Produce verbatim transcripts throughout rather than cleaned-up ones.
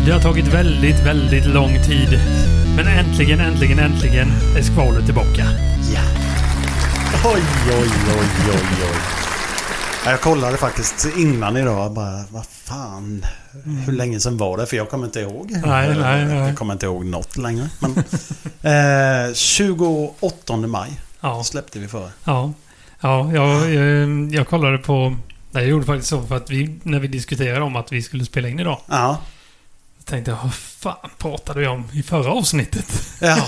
Det har tagit väldigt, väldigt lång tid. Men äntligen, äntligen, äntligen är skvalet tillbaka. Ja. Oj, oj, oj, oj, oj. Jag kollade faktiskt innan idag. Bara, vad fan. Mm. Hur länge sedan var det? För jag kommer inte ihåg. Nej, nej, nej. Jag kommer inte ihåg något längre. Men eh, tjugoåttonde maj ja. Släppte vi för. Ja, ja jag, jag, jag kollade på... Nej, jag gjorde faktiskt så för att vi, när vi diskuterade om att vi skulle spela in idag. Ja. Jag tänkte, vad fan pratade vi om i förra avsnittet? Ja,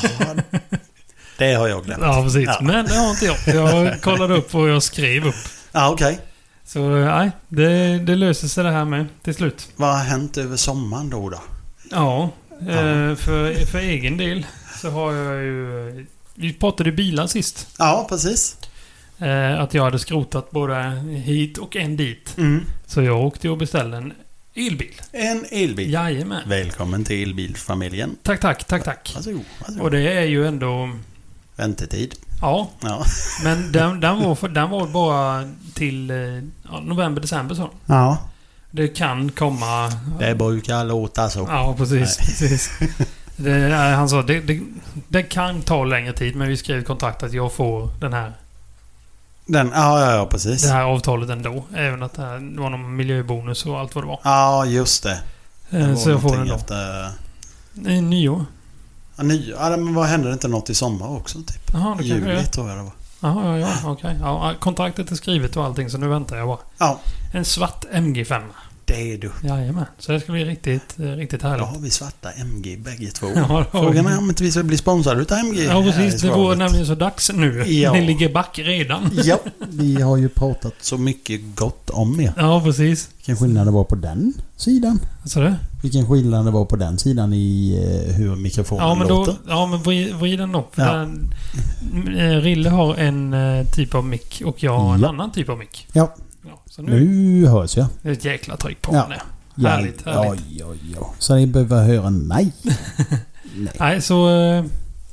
det har jag glömt. Ja, precis. Ja. Men det har inte jag. Jag kollade upp och jag skrev upp. Ja, okej. Okay. Så nej, det, det löser sig det här med till slut. Vad har hänt över sommaren då då? Ja, ja. Eh, för, för egen del så har jag ju... Vi pratade bilar sist. Ja, precis. Eh, att jag hade skrotat både hit och en dit. Mm. Så jag åkte och beställde en elbil. En elbil? Jajamän. Välkommen till elbilsfamiljen. Tack, tack, tack, tack. Varsågod, varsågod. Och det är ju ändå... Väntetid. Ja. Ja. Men den, den, var för, den var bara till ja, november, december så. Ja. Det kan komma... Det brukar låta så. Ja, precis. precis. Det, han sa, det, det, det kan ta längre tid, men vi skrev i kontrakt att jag får den här... Den, ja, ja, ja, precis. Det här avtalet ändå. Även att det, här, det var någon miljöbonus och allt vad det var. Ja, just det. Det var så jag får den då. Efter... I nyår. Ja, nyår. Ja, men vad händer inte något i sommar också, typ? Jaha, det juli jag. tror jag det var. Jaha, ja, ja, okej. Okay. Ja, kontraktet är skrivet och allting, så nu väntar jag bara. Ja. En svart M G fem. Det är du. Jajamän. Så det ska bli riktigt, riktigt härligt. Då har vi svarta M G bägge två. Ja, frågan är om inte vi ska bli sponsrade utav M G. Ja, precis. Det vore nämligen så dags nu. Ja. Ni ligger back redan. Ja, vi har ju pratat så mycket gott om er. Ja, precis. Vilken skillnad det var på den sidan. Alltså det? Vilken skillnad det var på den sidan i eh, hur mikrofonen ja, men låter. Då, ja, men vrid, vrid den då. För Ja. den, Rille har en eh, typ av mick och jag har en Ja. annan typ av mick. Ja, Ja, så nu, nu hörs jag. det är ett jäkla tryck på Ja. den. Ja, Härligt, härligt. Oj, oj, oj. Så ni behöver höra mig. Nej. Nej, så... Eh,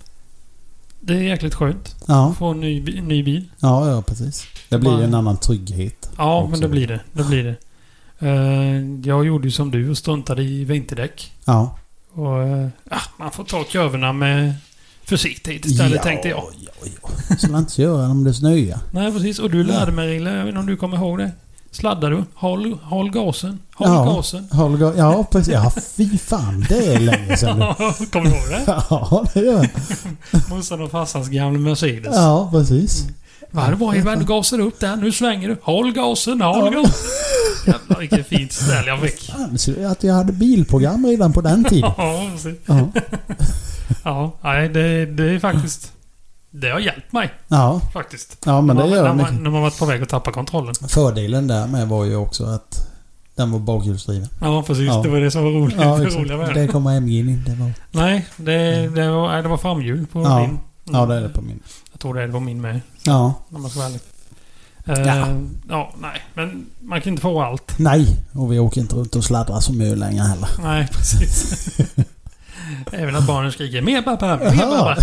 det är jäkligt skönt. Ja. Få en ny, bi- ny bil. Ja, ja, precis. Det blir ju en annan trygghet. Ja, också. men det blir det. Det blir det. Uh, jag gjorde ju som du och struntade i vinterdäck. Ja. Och uh, ja, man får ta kurvorna med försiktighet istället, ja, tänkte jag. Ja, ja. Så man inte göra om det snöar. Nej, precis. Och du lärde mig, Rille, jag vet inte om du kommer ihåg det. Sladdar du? Håll, håll gasen. Håll ja, gasen. Håll ga- ja, precis. Ja, fy fan. Det är länge sedan nu. Kommer du ihåg det? Ja, det gör jag. Morsan och farsans gamla Mercedes. Ja, precis. Vad det var, Ivan, du gasar upp där. Nu svänger du. Håll gasen, håll gasen. Jävlar, vilket fint ställ jag fick. Fan, så att jag hade bilprogram redan på den tiden. Ja, precis. Ja, Ja, nej, det, det är faktiskt... Det har hjälpt mig, ja. faktiskt. Ja, men det när, gör man, när, mycket. man, när man varit på väg att tappa kontrollen. Fördelen där med var ju också att den var bakhjulsdriven. Ja, precis. Ja. Det var det som var roligt. Ja, det exakt. roliga med Det det. kommer M G inte vara. Nej, det, det, var, nej, det var framhjul på Ja. min. Ja, det är det på min. Jag tror det var min med. Ja. När man ska vara ärlig. Uh, Ja. ja, nej. Men man kan inte få allt. Nej, och vi åker inte runt och sladdrar så mycket längre heller. Nej, precis. Även att barnen skriker mer pappa, mer Jaha. pappa.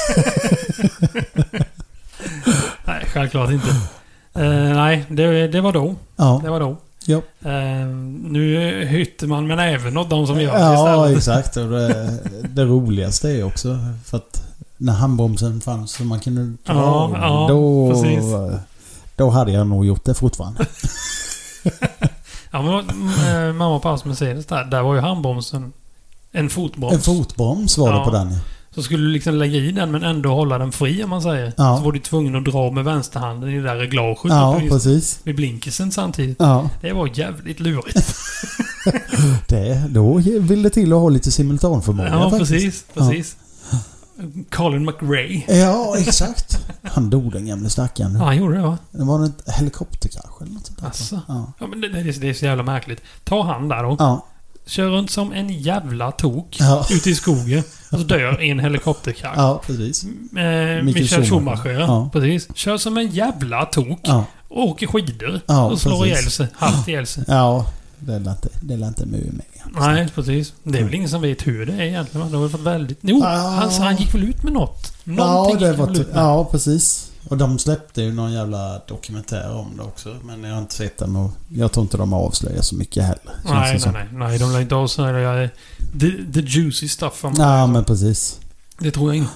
Nej, självklart inte. Uh, nej, det, det var då. Ja. Det var då. Ja. Uh, nu hytter man men även åt de som gör det Ja, istället. exakt. Och det, det roligaste är också för att när handbromsen fanns så man kunde dra Ja, den, ja, då, precis. då hade jag nog gjort det fortfarande. Ja, men äh, mamma och pappas Mercedes där, där var ju handbromsen en fotbroms. En fotbroms var Ja. det på den. Så skulle du liksom lägga i den men ändå hålla den fri om man säger. Ja. Så var du tvungen att dra med vänsterhanden i det där reglaget. Ja, uppe precis. vid blinkersen samtidigt. Ja. Det var jävligt lurigt. Det, då vill det till att ha lite simultanförmåga Ja, faktiskt. precis. precis. Colin McRae. Ja, exakt. Han dog den gamla stackaren. Ja, han gjorde det va? Det var en helikopterkrasch eller något sånt där. Asså. Ja. Ja, men det, det, är, det är så jävla märkligt. Ta han där då. Ja. Kör runt som en jävla tok Ja. ute i skogen. Och så dör i en helikopterkrasch. Ja, precis. Eh, Michael Schumacher. Schumacher. Ja. Precis. Kör som en jävla tok. Ja. Och åker skidor. Ja, och slår precis. ihjäl sig. Halvt ihjäl sig. Ja, det är inte, det är inte mycket med. Nej, precis. Det är väl ingen som vet hur det är egentligen. Det har väl fått väldigt... Jo, Ja. han, han gick väl ut med något. Ja, Någonting det gick var väl t- ut med. ja, precis. Och de släppte ju någon jävla dokumentär om det också. Men jag har inte sett den och jag tror inte de avslöjar så mycket heller. Nej, nej, nej. Nej, de lär inte avslöja the, the juicy stuff. Om ja, men precis. Det tror jag inte.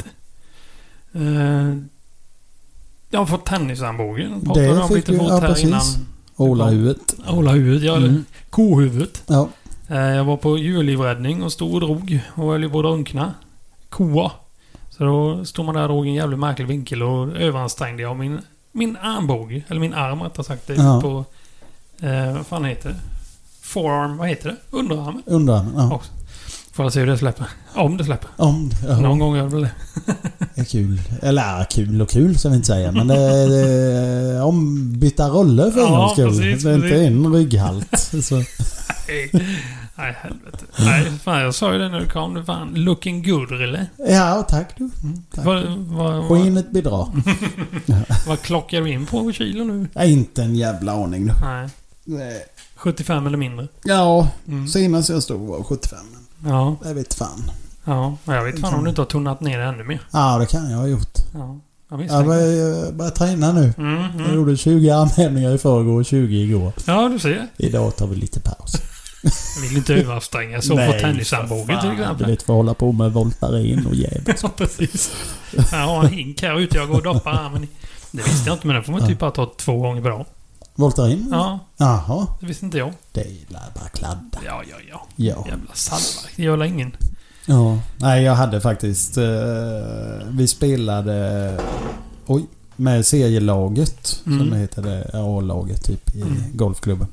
Uh, jag har fått tennisarmbågen. Det Pratade om fick lite vi, fort ja, här precis. innan. Ålahuvudet. Ålahuvudet, ja. Mm. Kohuvudet. Ja. Uh, jag var på djurlivräddning och stod och drog och höll på att drunkna. Koa. Så då stod man där och drog en jävligt märklig vinkel och överansträngde jag min, min armbåge. Eller min arm rättare sagt. Det är Ja. på... Uh, vad fan heter det? Forearm, vad heter det? Underarmen. Underarmen, ja. Också. Får jag se hur det släpper. Om det släpper. Om, ja. Någon gång gör det väl det. Det är kul. Eller ja, kul och kul ska vi inte säga. Men det är, det är ombytta roller för en Ja, gångs skull. precis, Det är inte precis. en rygghalt. Så. Nej, nej helvete. Nej, fan, jag sa ju det när du kom. Du fan looking good, eller? Ja, tack du. Tack. Vad, vad, vad, Skenet bidrar. vad klockar du in på kilo nu? Ja, inte en jävla aning nu. Nej. Nej. sjuttiofem eller mindre? Ja, Mm. senast jag stod var sjuttiofem. Ja, Jag vet fan. ja. Jag vet fan om du inte har tunnat ner det ännu mer. Ja, det kan jag ha gjort. Ja, jag Jag misstänker. börjar, jag börjar träna nu. Mm, Jag mm. gjorde tjugo armhävningar i förrgår och tjugo igår. Ja, du ser. Idag tar vi lite paus. Jag vill inte överanstränga så på tennisarmbågen till Du exempel. vet, för att hålla på med voltaren och jävligt. Ja, precis. Jag har en hink här ute. Jag går och doppar armen i. Det visste jag inte, men det får man typ bara ta två gånger per dag. Voltaren? Ja, Jaha. det visste inte jag. Det är bara kladda. Ja, ja, ja. Ja. Jävla salva. Det gör väl ingen. Ja. Nej, jag hade faktiskt... Eh, vi spelade... Oj. Med serielaget. Mm. Som det heter det. A-laget typ i Mm. golfklubben.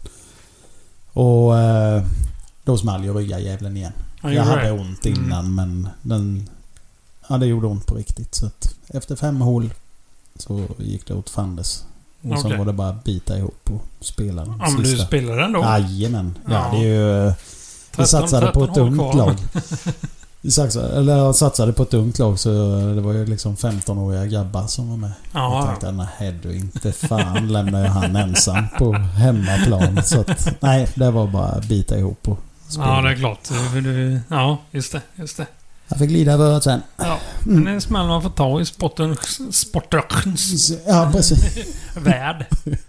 Och... Eh, då small jag rygga jävlen igen. Ja, Jag gjorde hade det. ont innan Mm. men den... Ja, det gjorde ont på riktigt. Så att efter fem hål så gick det åt fandes. Och sen Okej. var det bara att bita ihop och spela den Ja, men du sista. spelar den då? Jajamän. Ja, Ja. det är ju... Vi tretton, satsade på ett tretton ungt hål kvar. lag. Vi satsade, eller jag satsade på ett ungt lag så det var ju liksom femton-åriga grabbar som var med. Jag Ja, tänkte, nej du, inte fan lämnar jag han ensam på hemmaplan. Så att, nej, det var bara att bita ihop och spela. ja, det är klart. Du, du, ja, just det. Just det. Jag fick glida över sen. Ja, men det är en smäll man får ta i sporten, sportens Ja, precis. värld.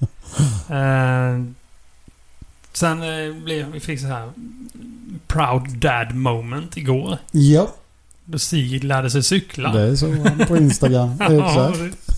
Eh, sen eh, blev vi fick så här proud dad moment igår. Ja, Då Stig lärde sig cykla. det är så på Instagram. Exakt.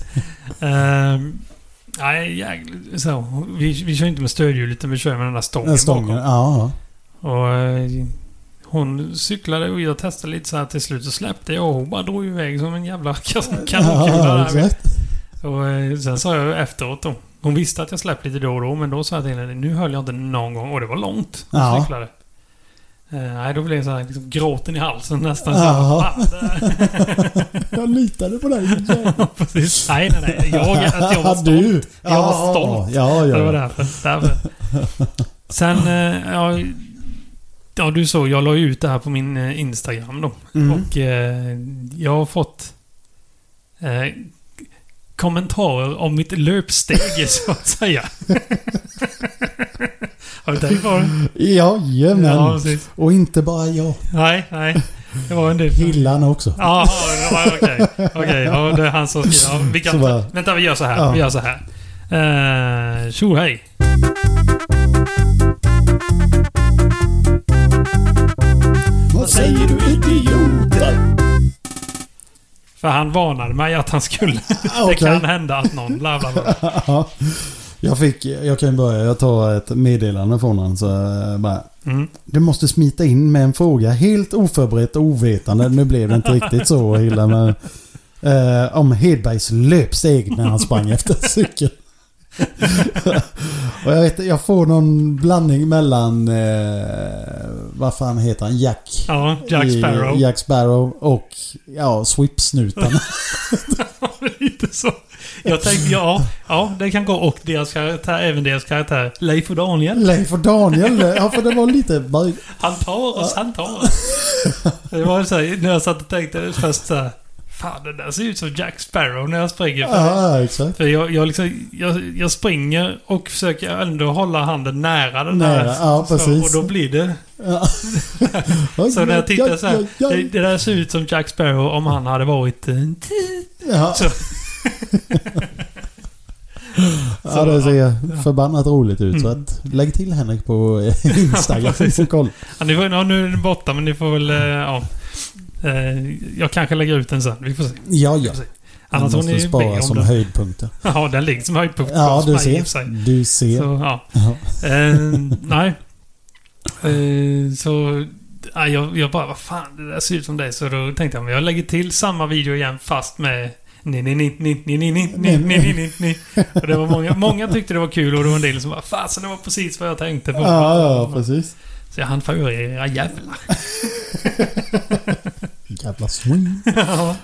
uh, nej, jäkligt så. Vi, vi kör inte med stödhjul utan vi kör med den där stången, Den stången, bakom. ja. Och eh, hon cyklade och jag testade lite så här till slut så släppte jag och hon bara drog iväg som en jävla kanonkula Ja, där. exakt. Och eh, sen sa jag efteråt då. Hon visste att jag släppte lite då och då men då sa jag till henne nu höll jag inte någon gång och det var långt. Hon Ja. cyklade. Eh, nej, då blev det så här liksom, gråten i halsen nästan. Ja. Så här, Jag litade på dig. ja, precis. Nej, nej, nej. Jag, att jag var stolt. Du. Jag var stolt. Ja, Så det var ja. därför. därför. Sen, eh, ja, ja, du såg, jag la ju ut det här på min eh, Instagram då. Mm. Och eh, jag har fått eh, kommentarer om mitt löpsteg, så att säga. Har du tänkt på det? Jajamän. Ja, precis. Och inte bara jag. Nej, nej. Det var en del. Hillan också. Ja, ja, okej. Okej, ja, det är han som skriver. Ja, vi kan Så bara- ta, vänta, vi gör så här. Ja. Vi gör så här. Uh, tjo, hej. Vad säger du, idioter? För han varnade mig att han skulle. Det Okej. kan hända att någon bla bla bla. Ja. Jag fick, jag kan börja, jag tar ett meddelande från honom så jag bara. Mm. Du måste smita in med en fråga helt oförberett och ovetande. Nu blev det inte riktigt så illa men eh, om Hedbergs löpsteg när han sprang efter cykeln. Och jag vet jag får någon blandning mellan eh, vad fan heter han? Jack. Ja, Jack i- Sparrow. Jack Sparrow och ja, Swipsnutarna. Lite så. Jag tänkte, ja, ja, det kan gå. Och deras karaktär, även deras karaktär, Leif och Daniel. Leif och Daniel. Ja, för det var lite bara- Han tar oss, han tar oss. Det var så här, när jag satt och tänkte först så här, fan, det där ser ut som Jack Sparrow när jag springer. För, Ja, exakt. för jag, jag, liksom, jag, jag springer och försöker ändå hålla handen nära den Nära, där. ja, så, precis. och då blir det... Ja. Så när jag tittar så här, Ja, ja, det, ja. det där ser ut som Jack Sparrow om han hade varit... eh, Ja. Så, Ja, det ser förbannat roligt ut. Mm. Så att lägg till Henrik på Instagram. Ja, koll. Ja, nu, ja, nu är den borta, men ni får väl... Ja, jag kanske lägger ut den sen. Vi får se. Ja, ja. Annars måste ni spara som den. Höjdpunkter. Ja, den ligger som höjdpunkt. Ja, du ser. Du ser. Så, ja. Ja. Eh, nej. Eh, så... Ja, jag, jag bara, vad fan, det där ser ut som det. Så då tänkte jag, men jag lägger till samma video igen fast med... Ni, ni, ni, ni, ni, ni, ni, ni, ni, ni, ni. Och det var många, många tyckte det var kul och det var en del som bara, fasen, det var precis vad jag tänkte på. Ja, ja, precis. Så jag hann för era jävlar. Jävla swing. Ja.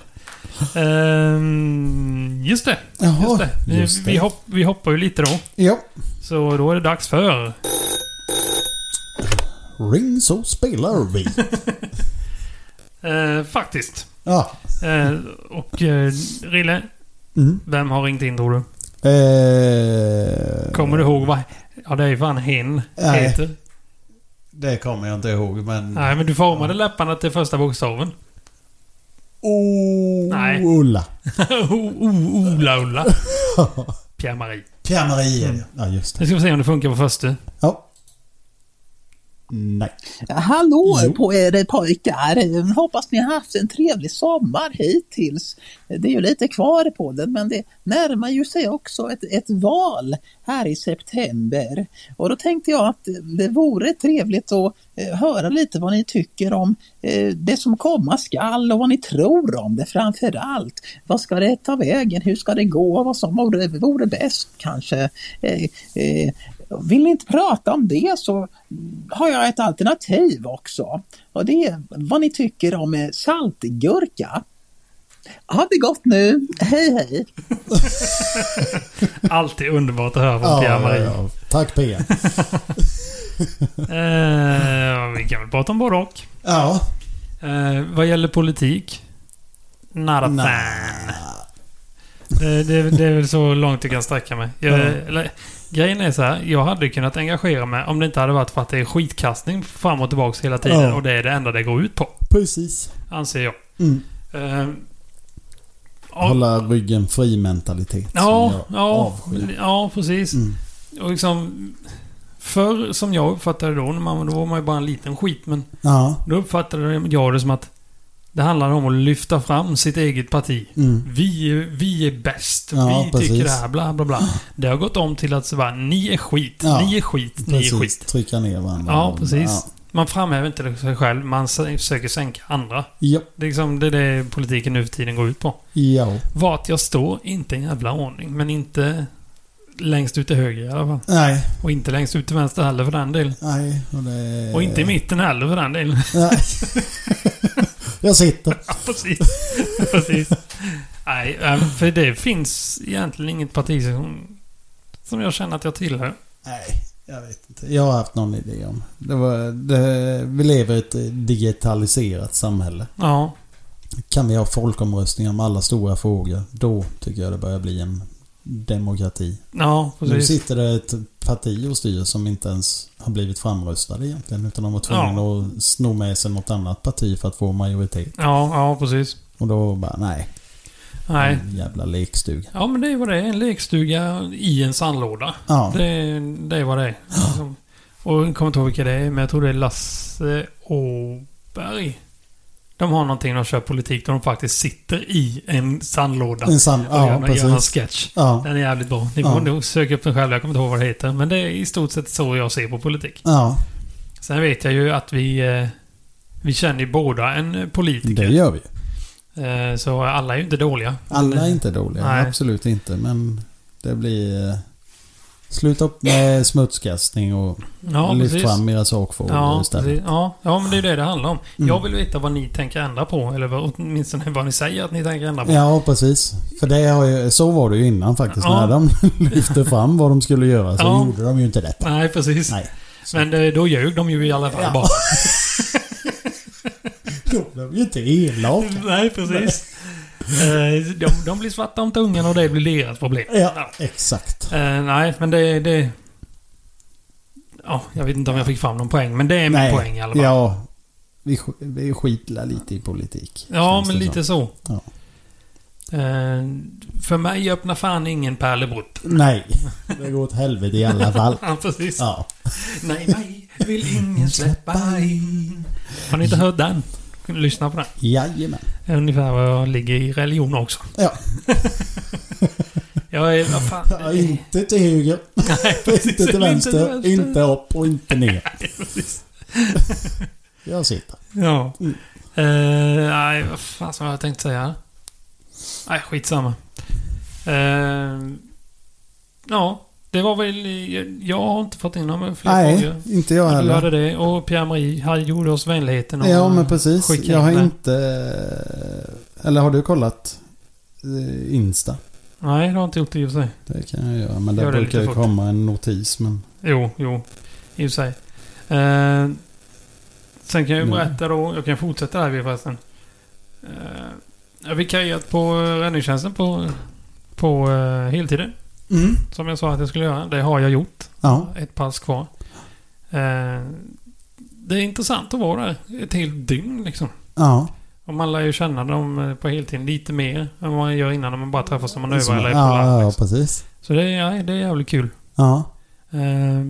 Um, just det. Jaha, just det. Just det. Vi, hopp, vi hoppar ju lite då. Ja. Så då är det dags för... Ring så spelar vi. uh, faktiskt. Ja. Uh, och uh, Rille, mm. vem har ringt in tror du? Uh, kommer du ihåg vad... Ja, det är ju fan hen nej, heter. Det kommer jag inte ihåg, men... Nej, men du formade läpparna till första bokstaven. Oh, nej. Ulla. oh, Ola, Ulla. Pierre-Marie. Pierre-Marie, mm. Ja, just det. Nu ska vi se om det funkar på första. Ja. Nej. Hallå jo. På er pojkar. Hoppas ni har haft en trevlig sommar hittills. Det är ju lite kvar på den, men det närmar ju sig också ett, ett val här i september. Och då tänkte jag att det vore trevligt att eh, höra lite vad ni tycker om eh, det som komma skall och vad ni tror om det framför allt. Vad ska det ta vägen? Hur ska det gå? Vad som vore, vore bäst kanske? Eh, eh, Vill ni inte prata om det så har jag ett alternativ också. Och det är vad ni tycker om saltgurka. Ha det gott nu. Hej hej. Alltid underbart att höra från ja, Pierre-Marie. Ja, ja. Tack Pia. eh, vi kan väl prata om både och. Ja. Eh, vad gäller politik. Not a nah. fan. Det, det, det är väl så långt jag kan sträcka mig. Jag, ja. eller, grejen är så här, jag hade kunnat engagera mig om det inte hade varit för att det är skitkastning fram och tillbaka hela tiden. Ja. Och det är det enda det går ut på. Precis. Anser jag. Mm. Uh, Hålla ryggen fri mentalitet. Ja, ja, ja, precis. Mm. Och liksom... Förr som jag uppfattade då, när man, då var man ju bara en liten skit. Men ja. Då uppfattade jag det som att det handlar om att lyfta fram sitt eget parti. Mm. Vi, vi är bäst. Ja, vi precis. tycker det här, bla bla bla. Det har gått om till att säga, ni är skit, ja, ni är skit, precis. ni är skit. Trycka ner varandra. Ja, precis. Ja. Man framhäver inte sig själv, man försöker sänka andra. Ja. Det är liksom det, är det politiken nu för tiden går ut på. Ja. Vart jag står, inte en jävla ordning. Men inte längst ut till höger i alla fall. Nej. Och inte längst ut till vänster heller för den delen. Nej. Och, det... och inte i mitten heller för den delen. Nej. Jag sitter. Ja, precis. precis. Nej, för det finns egentligen inget parti som, som jag känner att jag tillhör. Nej, jag vet inte. Jag har haft någon idé om. Det var, det, vi lever i ett digitaliserat samhälle. Ja. Kan vi ha folkomröstningar om alla stora frågor, då tycker jag det börjar bli en demokrati. Ja, precis. Nu sitter det ett parti och styr som inte ens har blivit framröstade egentligen, utan de var tvungna ja. att sno med sig något annat parti för att få majoritet. Ja, ja, precis. Och då bara, nej. Nej. En jävla lekstuga. Ja, men det är vad det är. En lekstuga i en sandlåda. Ja. Det, det är vad det är. Ja. Och jag kommer inte ihåg vilka det är, men jag tror det är Lasse Åberg. De har någonting de kör politik där de faktiskt sitter i en sandlåda. En sand, och ja, gör, precis. gör en sketch. Ja. Den är jävligt bra. Ni får ja. nog söka upp den själv. Jag kommer inte ihåg vad det heter. Men det är i stort sett så jag ser på politik. Ja. Sen vet jag ju att vi vi känner ju båda en politiker. Det gör vi. Så alla är ju inte dåliga. Alla är inte dåliga. Nej. Absolut inte. Men det blir... Sluta upp med smutskastning och ja, lyft precis. fram era sakfrågor ja, istället. Ja, ja, men det är det det handlar om. Mm. Jag vill veta vad ni tänker ändra på. Eller åtminstone vad ni säger att ni tänker ändra på. Ja, precis. För det har ju, så var det ju innan faktiskt. Ja. När de lyfte fram vad de skulle göra så ja. gjorde de ju inte detta. Nej, precis. Nej, men det, då ljög de ju i alla fall ja. bara. De är ju inte elaka. Nej, precis. De, de blir svarta om tungan och det blir deras problem. Ja, ja. Exakt. Uh, nej, men det... det ja, jag vet inte om jag fick fram någon poäng, men det är min nej. poäng i alla fall. Ja, vi, vi skitlar lite i politik. Ja, men lite så. så. Ja. Eh, för mig öppnar fan ingen pärlebrott. Nej, det går åt helvete i alla fall. Ja, precis. Ja. Nej, nej, vill ingen släppa in. Har ni inte hört den? Kan du lyssna på den? Jajamän. Ungefär vad jag ligger i religion också. Ja. Jag är, vad fan? Ja, inte till höger. Nej, precis. Inte till vänster. Inte upp och inte ner. Nej, precis. Jag sitter. Ja. Mm. Eh, nej, vad fan som jag tänkt säga? Nej, skitsamma. Eh, ja, det var väl... Jag har inte fått in några fler Nej, frågor. inte jag Du heller. hade det. Och Pierre-Marie hade gjort oss vänligheten. Och Ja, men precis. skicka Jag har in det. inte... Eller har du kollat eh, Insta? Nej, det har jag inte gjort det i och för sig. Det kan jag göra. Men Gör där det brukar lite ju fort. komma en notis. Men... Jo, jo. I och för sig. Eh, sen kan jag ju Mm. berätta då. Jag kan fortsätta där vid förresten. Eh, jag har vikarierat på räddningstjänsten på, på eh, heltiden. Mm. Som jag sa att jag skulle göra. Det har jag gjort. Ja. Ett pass kvar. Eh, det är intressant att vara där. Ett helt dygn liksom. Ja. Och man lär ju känna dem på heltid lite mer än vad man gör innan när man bara träffas när man övar Som- eller är på ja, land. ja, Liksom. precis. Så det är, ja, det är jävligt kul. Ja. Eh,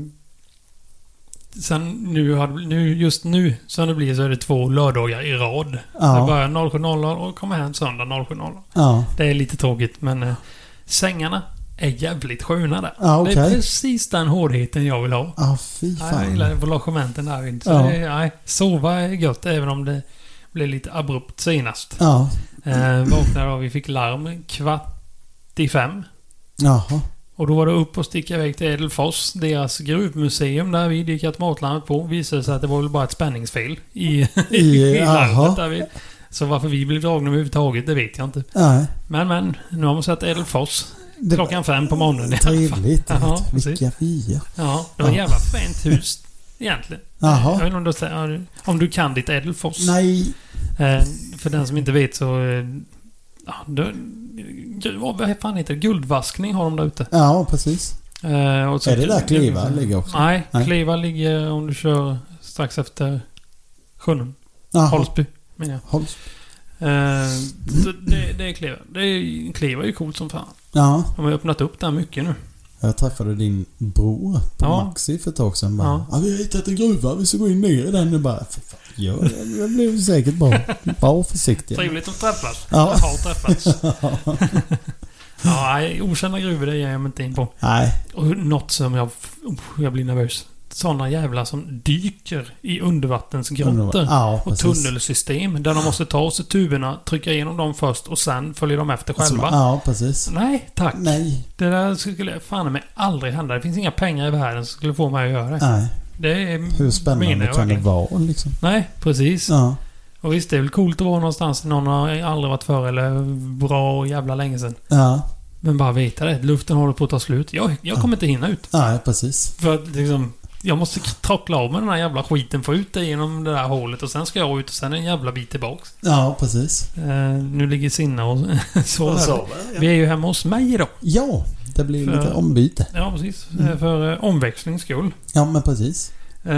sen nu, har det, nu, just nu som det blir så är det två lördagar i rad. Det Ja. börjar noll sju noll noll och kommer hem söndag noll sju noll noll. Ja. Det är lite tråkigt men eh, sängarna är jävligt sköna där. Ja, Det är okej. precis den hårdheten jag vill ha. Ja, fy Ja, jag gillar fan. det på logementen där inte. Så Ja. det är, nej, sova är gött även om det blev lite abrupt senast. Ja. Eh, vaknade och vi fick larm kvart i fem. Jaha. Och då var det upp och sticka iväg till Edelfors. Deras gruvmuseum där vid gick automatlarmet på. Visade sig att det var väl bara ett spänningsfel i, i, i jaha. larmet där vid. Så varför vi blev dragna överhuvudtaget, det vet jag inte. Nej. Men men, nu har man sett Edelfors. Det- Klockan fem på morgonen i alla fall. Trevligt. Jaha, Vilka precis. vyer. Ja, det var ett Ja. jävla fint hus egentligen. Jaha. Jag vet inte om du, säger- om du kan ditt Edelfors. Nej. Eh, för den som inte vet så... Eh, ja, det, vad fan heter det? Guldvaskning har de där ute. Ja, precis. Eh, och så- Är det där Kliva ligger också? Nej, Nej. Kliva ligger om du kör strax efter Sjön. Jaha. Holsby, menar jag. Hålls. Eh, så det, det är Kliva. Det är, Kliva är ju coolt som fan. Ja. De har öppnat upp där mycket nu. Jag träffade din bror på Ja. Maxi för ett tag sedan. Bara, Ja. ja. Vi har hittat en gruva, vi ska gå in ner i den. Och bara, för fan, gör det. Det blir säkert bra. Bara försiktigt. Trevligt att träffas. Ja. Jag har träffats. Ja, nej, okända gruvor det ger jag mig inte in på. Nej. Och något som jag... Oh, jag blir nervös. Sådana jävlar som dyker i undervattensgrottor. Ja, Och precis. tunnelsystem där de måste ta sig tuberna, trycka igenom dem först och sen följer de efter själva. Ja, precis. Nej, tack. Nej. Det där skulle fan mig aldrig hända. Det finns inga pengar i världen som skulle få mig att göra det. Nej. Det är... Hur spännande menar jag kan det verkligen. vara liksom? Nej, precis. Ja. Och visst, det är väl coolt att vara någonstans någon har aldrig varit för eller bra och jävla länge sedan. Ja. Men bara veta det. Luften håller på att ta slut. Jag, jag kommer inte hinna ut. Nej, precis. För att liksom... Jag måste trockla av med den här jävla skiten, få ut det genom det där hålet och sen ska jag ut och sen en jävla bit tillbaks. Ja, precis. Eh, nu ligger Sinna och sover. Så, Vi är ju hemma hos mig idag. Ja, det blir För- lite ombyte. Ja, precis. Mm. Eh, För eh, omväxlings skull. Ja, men precis. Eh,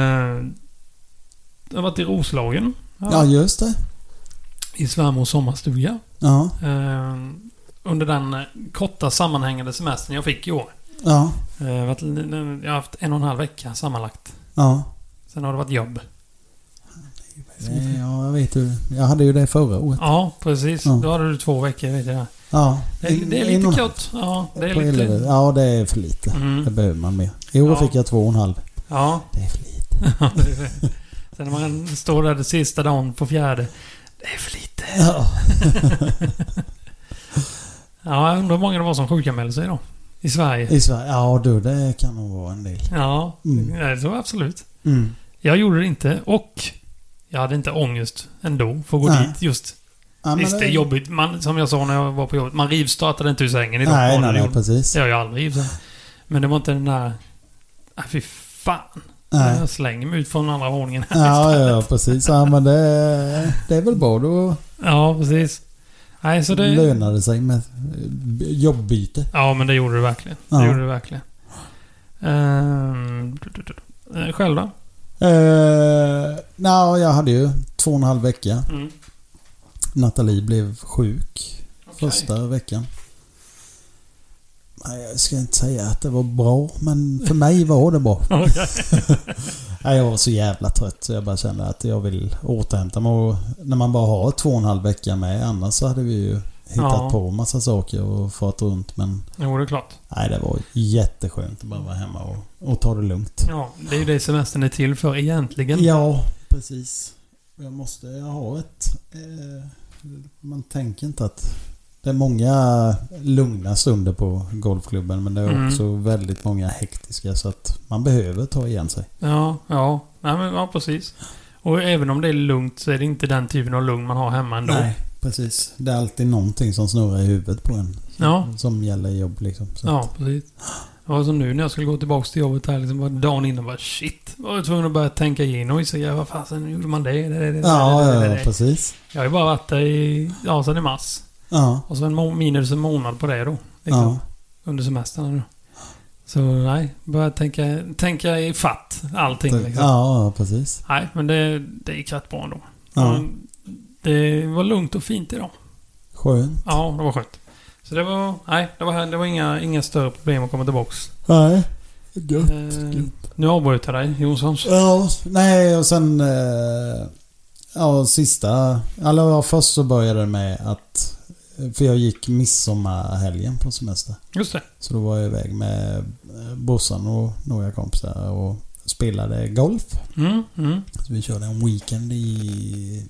jag har varit i Roslagen. Ja, just det. I svärmors sommarstuga. Ja. Eh, under den eh, korta sammanhängande semestern jag fick i år. Ja. Eh, jag har varit- jag har haft en och en halv vecka sammanlagt. Ja. Sen har det varit jobb. Ja, jag vet ju. Jag hade ju det förra året. Ja, precis. Ja. Då hade du två veckor, vet jag. Ja. Det är, det är En lite och- kort. Ja, det är på lite... Ellered. Ja, det är för lite. Det Mm. behöver man mer. I år Ja. fick jag två och en halv. Ja. Det är för lite. Ja, det är det. Sen när man står där den sista dagen på fjärde. Det är för lite. Ja. Ja, jag undrar hur många det var som sjukanmälde sig då. I Sverige. I Sverige. Ja, du, det kan nog vara en del. Ja, Mm. ja, så absolut. Mm. Jag gjorde det inte och jag hade inte ångest ändå för att gå Nej. dit just. Ja, men Visst, det är jobbigt. Man, som jag sa när jag var på jobbet. Man rivstartade inte ur sängen idag. Nej, Ja, nej, det nej, gjorde- precis. Det har jag aldrig rivit. Men det var inte den där... Ah, fy fan. Nej. Jag slänger mig ut från andra våningen. Ja, ja, ja, precis. Ja, men det, det är väl bra. Då Ja, precis. Nej, så det... lönar det sig med jobbbyte. Ja, men det gjorde det verkligen. Det Ja. gjorde det verkligen. Ehm, du, du, du. Eh, Själv då? Uh, Nej, jag hade ju två och en halv vecka. Mm. Nathalie blev sjuk. Okay. Första veckan. Nej, jag ska inte säga att det var bra, men för mig var det bra. Okay. Nej, jag var så jävla trött så jag bara kände att jag vill återhämta mig. Och när man bara har två och en halv vecka med, annars så hade vi ju hittat ja. på massa saker och fått runt. Men Jo, det är klart. nej, det var jätteskönt att bara vara hemma och, och ta det lugnt. Ja, det är ju det semestern är till för egentligen. Ja, precis. Jag måste jag ha ett... Eh, man tänker inte att... Det är många lugna stunder på golfklubben, men det är Mm. också väldigt många hektiska, så att man behöver ta igen sig. Ja, ja. Nej, men, ja, precis. Och även om det är lugnt så är det inte den typen av lugn man har hemma ändå. Nej, precis. Det är alltid någonting som snurrar i huvudet på en. Ja. Som gäller jobb liksom. Så Ja, att, precis. Det var som nu när jag skulle gå tillbaka till jobbet här liksom, var dagen innan bara shit. Jag var tvungen att börja tänka igenom. Så jag, vad fasen gjorde man det? det, det, det ja, det, det, ja, det. precis. Jag har ju bara varit där i, ja, sedan i mars. Ja, Och så en må- minus en månad på det då. Liksom, ja, under semestern då. Så nej, börja tänka, tänka i fatt allting liksom. ja, ja, precis. Nej, men det, det gick rätt bra ändå. Ja. Och det var lugnt och fint idag. Skönt. Ja, det var skönt. Så det var, nej, det var, det var inga, inga större problem att komma tillbaks. Nej. Gött, Eh, gött. nu avbröt jag dig, Jonssons. Ja, nej och sen eh, ja, sista, eller ja, först så började det med att, för jag gick midsommarhelgen på semester. Just det. Så då var jag iväg med brorsan och några kompisar och spelade golf. Mm, mm. Så vi körde en weekend i,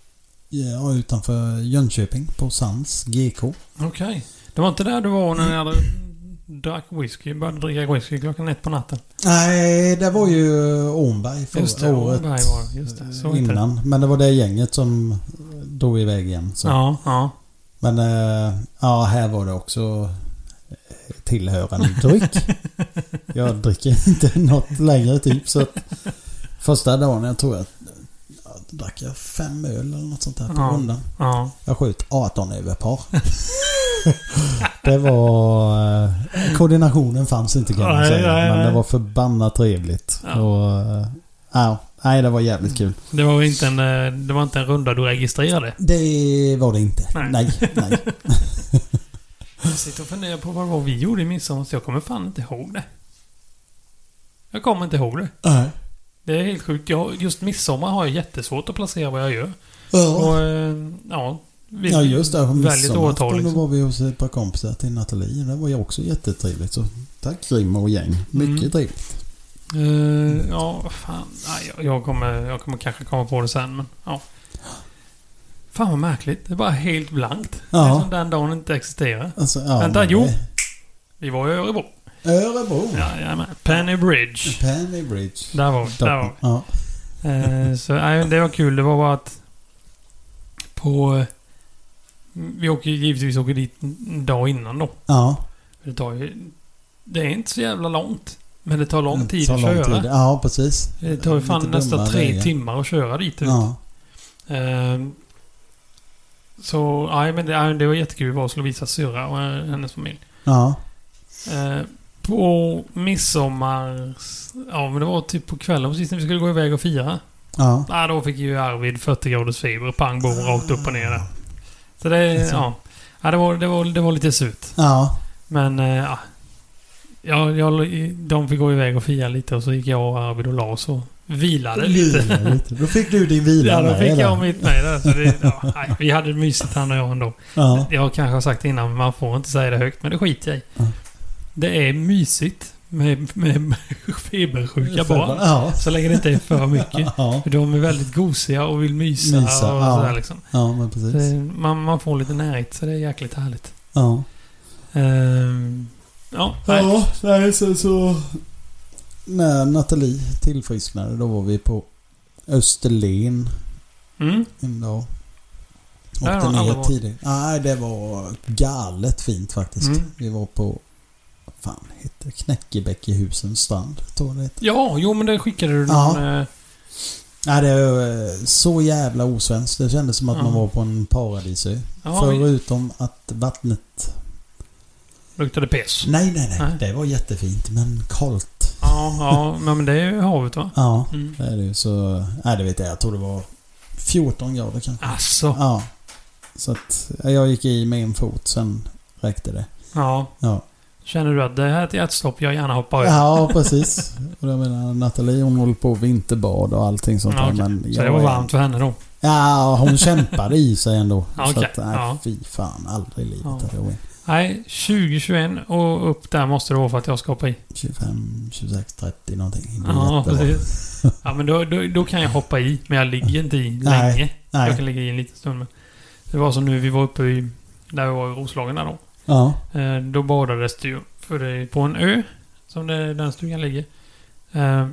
ja, utanför Jönköping på Sands G K. Okej. Okay. Det var inte där du var när ni hade drack whisky, började dricka whisky klockan ett på natten? Nej, det var ju Ånberg förra Just det, året. Ånberg var det. Just det. Så innan. inte. Men det var det gänget som drog iväg igen. Så. Ja, ja. Men äh, ja, här var det också tillhörande dryck. Jag dricker inte något längre typ. Så att första dagen jag tror jag, jag drack jag fem öl eller något sånt här på Ja. rundan. Ja. Jag sköt arton över par. Det var... Eh, koordinationen fanns inte kan man Nej, säga. nej, Men nej. det var förbannat trevligt. Ja. Och, eh, ja, nej, det var jävligt kul. Det var inte en, eh, det var inte en runda du registrerade. Det var det inte. Nej. Nej, nej. Jag sitter och funderar på vad, vad vi gjorde i midsommar, så jag kommer fan inte ihåg det. Jag kommer inte ihåg det. nej. Det är helt sjukt. Jag, just midsommar har jag jättesvårt att placera vad jag gör. Ja. Och, eh, ja, vi, Ja, just det. På väldigt midsommarafton årtal då liksom. var vi hos ett par kompisar till Nathalie. Det var ju också jättetrevligt. Så tack Rim och gäng. Mycket Mm. trevligt. Uh, ja, vad fan. Nej, jag, jag, kommer, jag kommer kanske komma på det sen, men ja. Fan vad märkligt. Det är bara helt blankt. Ja. Det är som den dagen inte existerar. Alltså, ja, Vänta, men jo. det- Vi var i Örebro. Örebro. Ja, jajamän. Penny Bridge. Penny Bridge. Där var vi. Där var vi. Ja. Eh, så nej, det var kul. Det var bara att på... Vi åker ju givetvis åker dit en dag innan då. Ja. Det tar ju... Det är inte så jävla långt. Men det tar lång Det tid tar att lång köra. tid. Ja, precis. Det tar ju fan Lite nästan dumma tre vägar. timmar att köra dit ut. Ja. Ehm, så, nej men det, nej, det var jättekul. Vi var och skulle visa syrra och eh, hennes familj. Ja. Ehm, på midsommar... Ja, men det var typ på kvällen precis när vi skulle gå iväg och fira. Ja. Ja, då fick ju Arvid fyrtio graders feber. Pang, bom, rakt upp och ner där. Så det, Alltså. ja. Ja, det var, det var, det var lite surt. Ja. Men, eh, ja. Jag, jag, de fick gå iväg och fira lite och så gick jag och Arvid och la oss och vilade lite. Då fick du din vila Ja, då med, fick eller? jag mitt med där. Så det, ja, nej, vi hade det mysigt han och jag ändå. Ja. Jag kanske har sagt innan, men man får inte säga det högt, men det skiter jag i. Ja. Det är mysigt med, med febersjuka barn. Ja. Så länge det inte är för mycket. Ja. För de är väldigt gosiga och vill mysa, Mysa, och ja. sådär liksom. Ja, men precis. Så man, man får lite närhet, så det är jäkligt härligt. Ja. Ehm, ja, nej. Ja, nej, så, så... När Nathalie tillfrisknade, då var vi på Österlen Mm. en dag. Där har Åkte alla ner varit. tidigt. Nej, det var galet fint faktiskt. Mm. Vi var på, vad fan heter det? Knäckebäckehusens strand, tror jag det heter. Ja, jo men det skickade du. Ja. någon, eh, Nej, det är så jävla osvenskt. Det kändes som att Ja. man var på en paradisö. Ja, vi- Förutom att vattnet... luktade pess. Nej, nej, nej. Nej. Det var jättefint, men kallt. Ja, ja, men det är ju havet va? Ja, Mm. det är det ju. Så... Nej, det vet jag. Jag tror det var fjorton grader kanske. Alltså. Ja. Så att jag gick i med en fot, sen räckte det. Ja. Ja. Känner du att det här är ett hjärtstopp jag gärna hoppar över? Ja, precis. Och jag menar, Nathalie hon håller på vinterbad och allting sånt Ja, där. okej. Men Så jag det var är- varmt för henne då? Ja, hon kämpade i sig ändå. Ja, Så okej. att, nej, Ja. fy fan, aldrig i livet Ja. att jag in. Nej, tjugo tjugoett och upp där måste det vara för att jag ska hoppa i. tjugofem, tjugosex, trettio någonting. Det är Ja, jättebra. precis. Ja, men då, då, då kan jag hoppa i. Men jag ligger inte i Nej, länge. nej. Jag kan ligga i en liten stund. Men det var som nu, vi var uppe i... Där vi var i Roslagen där då. Ja. Eh, då badades det ju. För det är på en ö. Som det, den stugan ligger. Eh,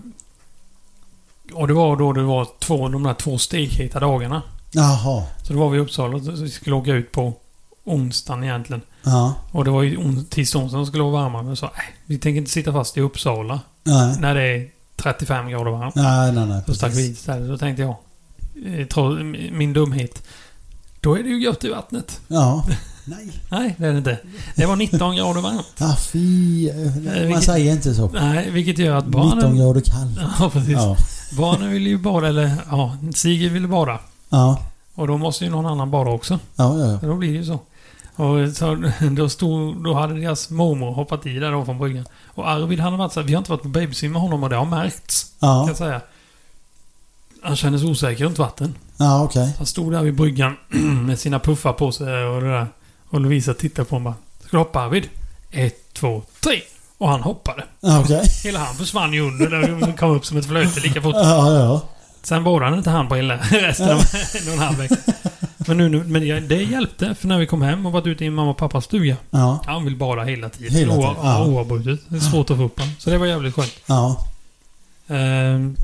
och det var då det var två, de där två stekheta dagarna. Jaha. Så då var vi i Uppsala. Så vi skulle åka ut på onsdagen egentligen. Ja. Och det var ju on- tisdag onsdag som skulle vara varma. Men så, nej, vi tänker inte sitta fast i Uppsala. Nej. När det är trettiofem grader varmt. Nej, nej, nej. Så stack vi precis. dit istället. Då tänkte jag, eh, trots min dumhet, då är det ju gött i vattnet. Ja. Nej. Nej, det är det inte. Det var nitton grader varmt. Ah, fy. Man vilket- säger inte så. Nej, vilket gör att nitton barnen... grader kallt. Ja, precis. Ja. Barnen ville ju bada, eller ja, Sigrid ville bada. Ja. Och då måste ju någon annan bada också. Ja, ja, ja. Så då blir det ju så. Och så, då, stod, då hade deras mormor hoppat i där då från bryggan. Och Arvid han har varit så här, vi har inte varit på babysim med honom och det har märkts. Kan Ja, jag säga. Han kändes osäker runt vatten. ja okej. Han stod där vid bryggan med sina puffar på sig och det där. Och Lovisa tittade på honom bara. Ska du hoppa Arvid? Ett, två, tre. Och han hoppade. Ja, okej. Hela han försvann ju under där och kom upp som ett flöte lika fort. Ja, ja. Sen badade inte han på hela resten av en och en halv vecka. Men, nu, nu, men det, det hjälpte. För när vi kom hem och varit ute i mamma och pappas stuga. Ja. Han vill bada hela tiden. Hela tiden, O- ja. Oavbrutet. Det är svårt att få upp honom. Så det var jävligt skönt. Ja. Ehm.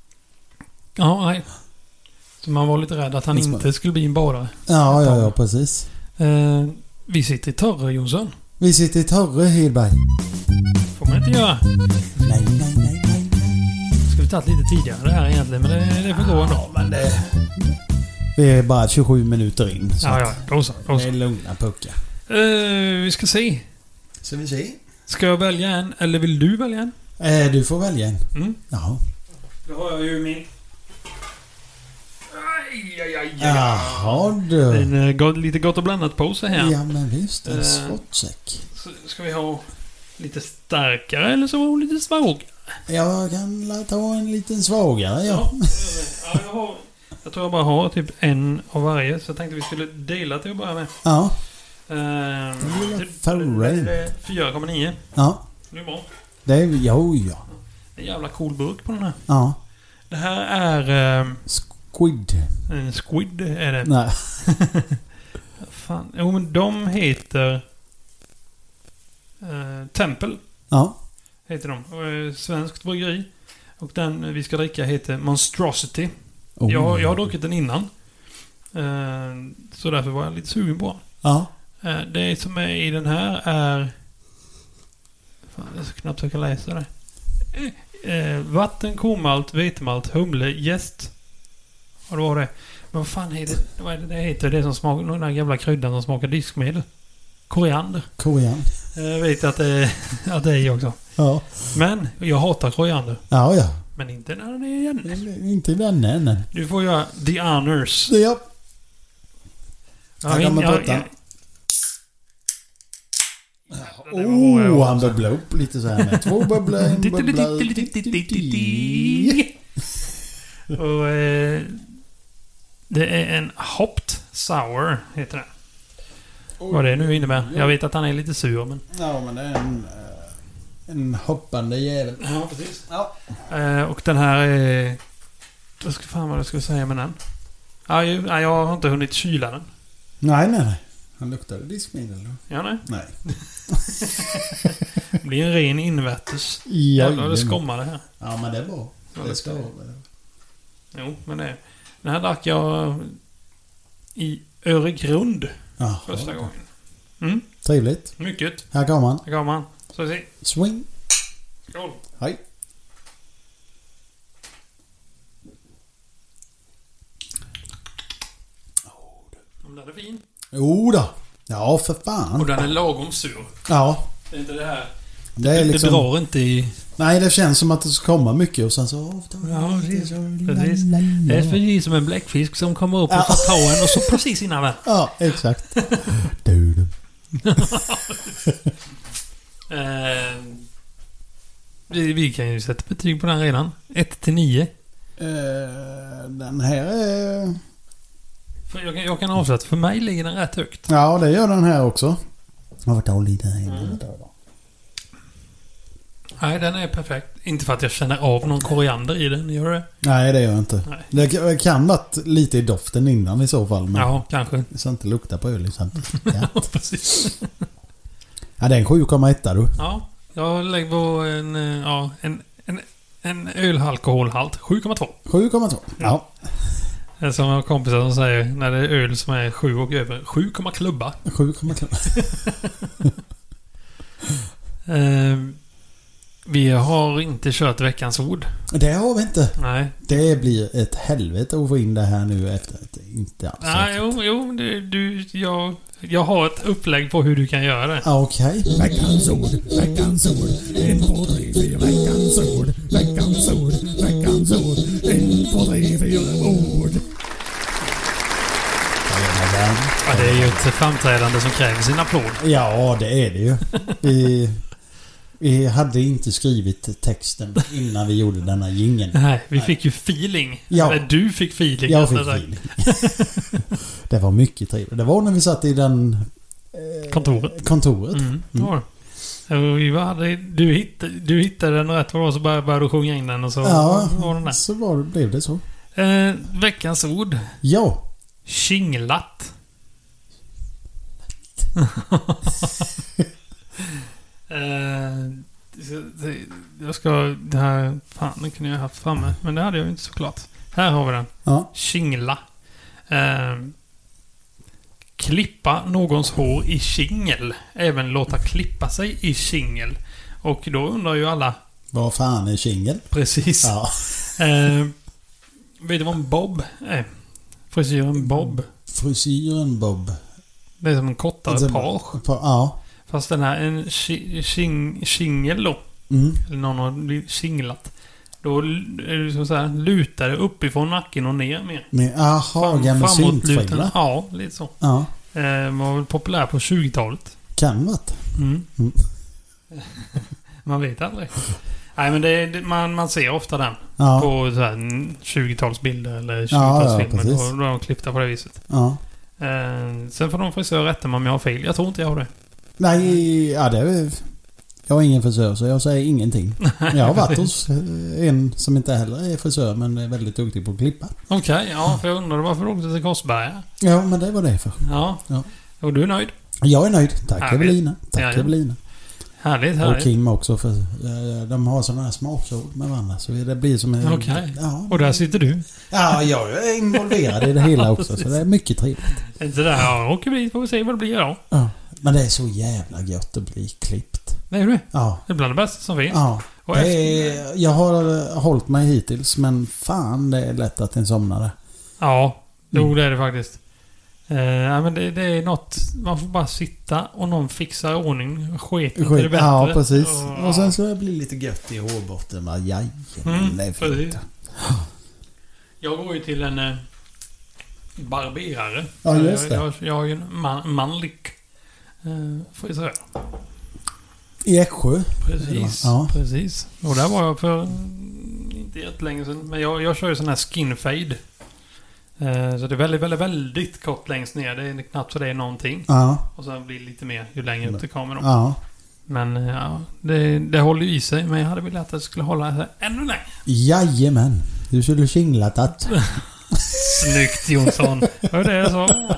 Ja, nej. Så man var lite rädd att han Det är inte skulle bli en badare. Ja, ja, ja, precis. Ehm, vi sitter i Törre, Jonsson. Vi sitter i Törre, Hedberg. Får man inte göra. Nej, nej, nej, nej, nej. Ska vi ta lite tidigare det här egentligen. Men det, det får gå ändå. Men det... Vi är bara tjugosju minuter in. Så Ja, ja. att Då så. Då det så. är lugna puckar. Ehm, vi ska se. Ska vi se? Ska jag välja en? Eller vill du välja en? Eh, du får välja en. Mm. Ja. Då har jag ju min... Aj, aj, aj, aj. Jaha du. En eh, gott, lite gott och blandat påse här. Ja, men visst. En Eh. skottsäck. Så ska vi ha lite starkare eller så lite svagare? Jag kan la ta en liten svagare, ja. Ja, ja jag, har, jag tror jag bara har typ en av varje. Så jag tänkte vi skulle dela till att börja med. Ja. Ehm, lilla det- Ferrari. det är fyra komma nio. Ja. Det är bra. Det är... Jo, ja. Det är en jävla cool burk på den här. Ja. Det här är ehm, Squid. en squid är det. Nej. Fan. Jo men de heter eh, Tempel. Ja. Heter de. Eh, svenskt bryggeri. Och den vi ska dricka heter Monstrosity. Oh. Jag, jag har druckit den innan. Eh, så därför var jag lite sugen på den. Ja. Eh, det som är i den här är... Fan, jag ska knappt jag kan läsa det. Eh, eh, vatten, komalt, vetemalt, humle, jäst. Och det var det. Men vad fan är det? Vad är det det heter? Det som smakar... Den där jävla kryddan som smakar diskmedel. Koriander. Korean. Jag vet att det är, att det är jag också. Ja. Men jag hatar koriander. Ja, ja. Men inte när den är igen. Inte den än. Du får göra the honors. Ja. Ja, Här kommer jag- pottan. jag- Det var bra, Oh, jag han också. bubblar upp lite så här med två bubblor, en bubbla. Och, eh, det är en hopped sour, heter det. Vad det nu innebär. Jag vet att han är lite sur, men... Ja, men det är en, eh, en hoppande jävel. Ja, precis. Ja. Eh, och den här är... Vad ska fan vad jag ska säga med den? Ja, ju, nej, jag har inte hunnit kyla den. Nej, nej, nej. Han luktade diskmedel då? Ja, nej. Nej. Det blir en ren invärtes. Ja, Jävlar, det skommar det här. Ja, men det är bra. Ja, Det det ska ska- vara. Jo, men det... Den här drack jag i Öregrund Ja. första gången. Mm, Trevligt. mycket. Här kommer han. Här kommer man. Så se. Swing. Skål. Hej. Om den är fin. Jo då. Ja, för Och fan. den är lagom sur. Ja. Det är inte det här Det är liksom... Det drar inte i... Nej, det känns som att det ska komma mycket och sen så... Oh, ja, precis. precis. Det är precis som en bläckfisk som kommer upp och tar på en och så precis innan det. Ja, exakt. du, du. eh, vi, vi kan ju sätta betyg på den redan. ett till nio. Eh, den här är... För jag, kan, jag kan avsätta. För mig ligger den rätt högt. Ja, det gör den här också. Jag var dålig lite här. Mm. Nej, den är perfekt. Inte för att jag känner av någon koriander i den, gör det? Nej, det gör jag inte. Nej. Det kan varit lite i doften innan i så fall. Men ja, kanske. det ska inte lukta på öl. Ja, precis. Ja, det är en sju komma ett du. Ja, jag lägger på en, ja, en, en, en ölhalkoholhalt. sju komma två. sju komma två, ja. Det är som jag har kompisar som säger när det är öl som är sju och över. sju komma klubba. sju komma klubba. uh, vi har inte kört veckans ord. Det har vi inte. Nej. Det blir ett helvete att få in det här nu efter att det inte alls. Nej, jo, jo du, du, jag, jag har ett upplägg på hur du kan göra det. Ah, okej. Okay. Veckans ord, veckans ord. En, två, tre, fyra. Veckans ord, veckans ord, veckans ord. En, två, tre, fyra ord. Ja, det är ju ett framträdande som kräver sin applåd. Ja, det är det ju. Vi, vi hade inte skrivit texten innan vi gjorde denna jingeln. Nej, vi Nej. fick ju feeling. Ja. Eller du fick feeling. Jag fick feeling. Det var mycket trevligt. Det var när vi satt i den... Eh, kontoret. Kontoret. Mm. Mm. Vi hade, du, hittade, du hittade den rätt och så började du sjunga in den och så ja, var den där. Så var det, blev det så. Eh, veckans ord. Ja. Kinglat. eh, jag ska... Det här... Fan, det kunde jag ha haft framme. Men det hade jag ju inte såklart. Här har vi den. Ja. Kingla. Eh, klippa någons hår i kingel. Även låta klippa sig i kingel. Och då undrar ju alla... Vad fan är kingel? Precis. Ja. Eh, vet du vad en bob är? Frisyren bob. Frisyren bob. Det är som en kortare page. Ja. Fast den här en shing, shingel då. Mm. Eller någon har shinglat. Då är det som så här, lutar det uppifrån nacken och ner mer. Med aha, gamla syntfrilla. Ja, lite så. Ja. Eh, var väl populär på tjugotalet. Kan varit. Mm. Mm. Man vet aldrig. Nej, men det, det, man, man ser ofta den. Ja. På så här tjugotalsbilder eller tjugotalsfilmer. Ja, ja, då, då är de klippta på det viset. Ja. Eh, sen får de frisör rätta mig om jag har fel. Jag tror inte jag har det. Nej, ja det är... Jag har ingen frisör så jag säger ingenting. Jag har varit hos en som inte heller är frisör men är väldigt duktig på att klippa. Okej, okay, ja, för jag undrar varför du åkte till Korsberga. Ja, men det var det för. Ja. Ja. Och du är nöjd? Jag är nöjd. Tack härligt. Evelina. Tack ja, ja. Evelina. Härligt, härligt. Och Kim också för de har sådana här smakråd med varandra så det blir som en... Okej. Okay. Ja, och där sitter du? Ja, jag är involverad i det hela också så det är mycket trevligt. Inte där, jag åker dit och se vad det blir då. Ja, men det är så jävla gött att bli klippt. Det är det? Ja. Det är bland det bästa som finns. Ja. Och det efter... är, jag har hållit mig hittills men fan det är lätt att en somnar. Ja, jo mm. det är det faktiskt. Uh, ja, men det, det är något... Man får bara sitta och någon fixar ordning. Sketen till det bättre. Ja, precis. Och, och sen så det blir lite gött i hårbotten. Jajamän, mm, det är fint. Jag går ju till en uh, barberare. Ja, just det. Jag, jag, jag har ju en man, manlig uh, frisör. I Eksjö? Precis, ja. precis. Och där var jag för inte jättelänge sedan. Men jag, jag kör ju sån här skin fade. Eh, så det är väldigt, väldigt, väldigt kort längst ner. Det är knappt så det är någonting. Ja. Och sen blir det lite mer ju längre upp till kameran. Ja. Men ja, det, det håller ju i sig. Men jag hade velat att det skulle hålla sig ännu längre. Jajamän. Du skulle kinglat att. Snyggt Jonsson. Det var det jag sa.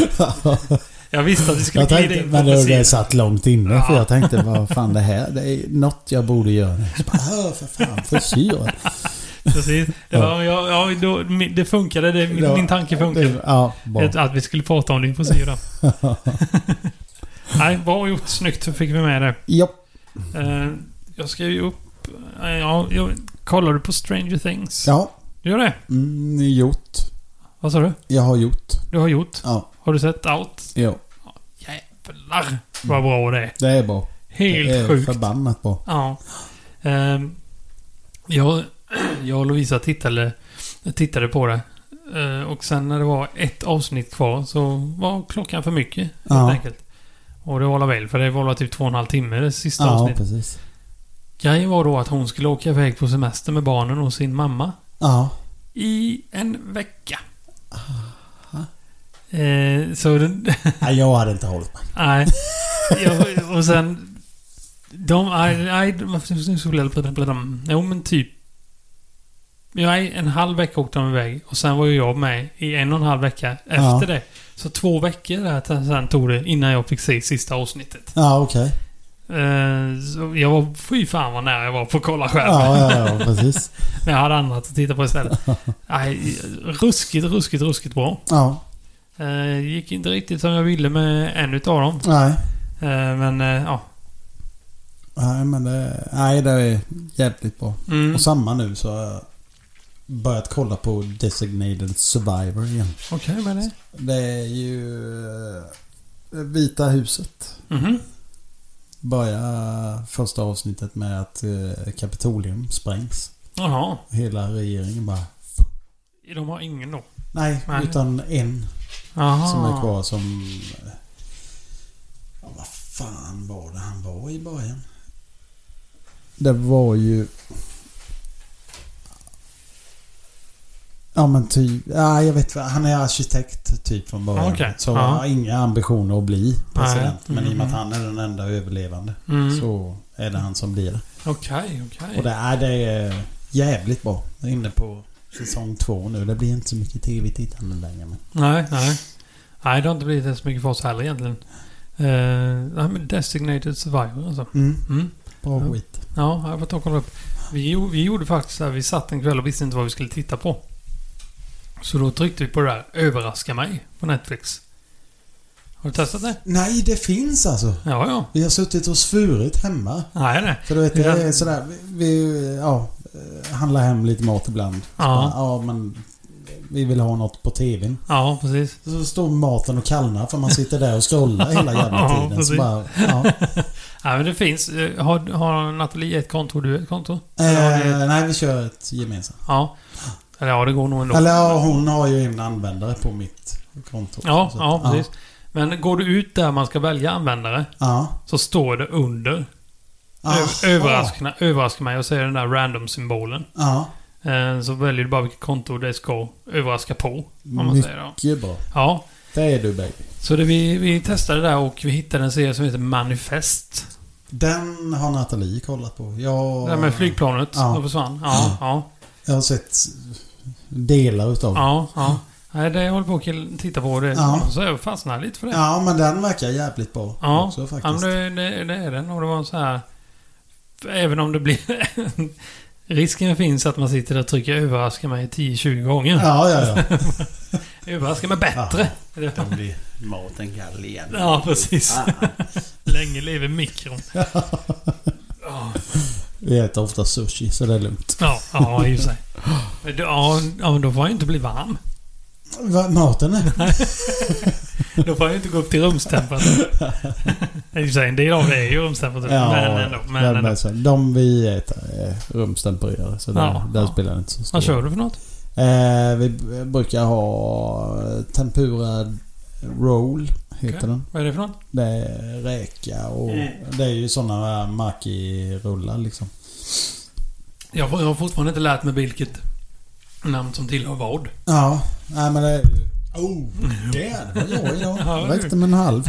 Jag visste att vi skulle jag tänkte, glida in på men det, frisyren. det satt långt inne Ja. för jag tänkte vad fan det här det är något jag borde göra. Så bara, hör för fan frisyren. Precis. Ja, ja, ja då, det funkade. Det, min, Ja, min tanke funkade. Det, ja, bra. Att, att vi skulle prata om din frisyr då. Nej, bra gjort. Snyggt så fick vi med det. Ja. Uh, jag ska ju upp... Uh, ja, jag, kollar du på Stranger Things? Ja. Du gör det? Mm, gjort. Vad sa du? Jag har gjort. Du har gjort? Ja. Har du sett allt? Jo. Jävlar vad bra det är. Det är bra. Helt det är sjukt. förbannat bra. Ja. Ehm, jag, jag och Lovisa tittade, tittade på det. Ehm, och sen när det var ett avsnitt kvar så var klockan för mycket. Helt Ja. enkelt. Och det var väl, för det var typ två och en halv timme det sista Ja, avsnittet. precis. Grejen var då att hon skulle åka iväg på semester med barnen och sin mamma. Ja. I en vecka. Ehm, så det, Nej, jag hade inte hållit mig. nej. Jag, och sen... De... Nej, nej, varför skulle jag... Jo, men typ... Ja, en halv vecka åkte de iväg. Och sen var ju jag med i en och en halv vecka efter Ja. det. Så två veckor där sen tog det innan jag fick se sista avsnittet. Ja, okej. Eh, så jag var... Fy fan vad nära jag var på att kolla själv. Ja, ja, ja, precis. Men jag hade annat att titta på istället. Nej, ruskigt, ruskigt, ruskigt bra. Ja. Eh, gick inte riktigt som jag ville med en utav dem. Nej. Eh, men, eh, ja. Nej, men det... Nej, det är jävligt bra. Mm. Och samma nu så har jag börjat kolla på Designated Survivor igen. Okej, vad är det? Det är ju eh, Vita huset. Mhm. Börjar första avsnittet med att eh, Kapitolium sprängs. Jaha. Hela regeringen bara... De har ingen då? Nej, Nej. utan en Aha. som är kvar som... Ja, vad fan var det han var i början? Det var ju... Ja, men typ... Ja, jag vet vad. Han är arkitekt typ från början. Okej. Så Ja. har inga ambitioner att bli president. Nej. Men i och med att Mm. han är den enda överlevande Mm. så är det han som blir det. Okej, okej. Och det är, det är jävligt bra. Jag är inne på säsong två nu. Det blir inte så mycket tv-tittande längre. Men... Nej, nej. Nej, det har inte blivit så mycket för oss heller egentligen. Uh, nej, men Designated Survivor alltså. Mm. Mm. Bra Ja. skit. Ja, jag får ta och kolla upp. Vi, gjo- vi gjorde faktiskt så här, vi satt en kväll och visste inte vad vi skulle titta på. Så då tryckte vi på det där Överraska mig på Netflix. Har du testat det? Nej, det finns alltså. Ja, ja. Vi har suttit och svurit hemma. Nej, nej. För du vet, det Ja. är sådär. Vi, vi ja, handlar hem lite mat ibland. Så Ja. bara, ja, men vi vill ha något på tvn. Ja, precis. Så står maten och kallnar för man sitter där och scrollar hela jävla Ja, tiden. precis. Så bara, ja. Nej, men det finns. eh, Har, har Nathalie ett konto och du ett konto? eh, Eller har ni- nej, vi kör ett gemensamt. Ja. Eller ja, det går nog ändå. Eller ja, hon har ju en användare på mitt konto. Ja, Så, ja, precis. Men går du ut där man ska välja användare Ja. så står det under Ja. Ö- överraska, överraska mig och säger den där random-symbolen. Ja. Eh, Så väljer du bara vilket konto det ska överraska på. Om man säger då. Mycket bra. Ja, Det är du, baby. så det vi, vi testade där och vi hittade en serie som heter Manifest. Den har Nathalie kollat på. Jag, Det där med flygplanet Ja. som försvann. Ja, ja, jag har sett delar utav den. ja, ja. Nej, det jag håller på att kill- titta på det. Ja. Så jag fastnade lite för det. Ja, men den verkar jävligt bra Ja, också ja faktiskt. men det, det, det är den. Och det var så här... Även om det blir... risken finns att man sitter där och trycker överraska mig tio tjugo gånger. Ja, ja, ja. Överraska mig bättre. Ja, Då blir maten kall igen. ja precis. Länge lever mikron. Vi äter ofta sushi, så det är lugnt. Ja, ja i och för sig. Men då- Ja, ja, men då får jag inte bli varm. Va, maten är... Då får jag inte gå upp till rumstemperatur. I och för sig, en del av det är ju rumstemperatur. Ja, men ändå. Men den ändå. är så. De vi äter är rumstempererade, så där, Ja, där ja. spelar det inte så stor Vad kör du för något? Eh, vi brukar ha tempura roll, heter Okej. den. Vad är det för något? Det är räka och det är ju sådana maki-rullar liksom. Jag har jag har fortfarande inte lärt mig vilket namn som tillhör vad. Ja, nej men det är ju... Oh, det var jag idag. Ja, Det räckte med en halv.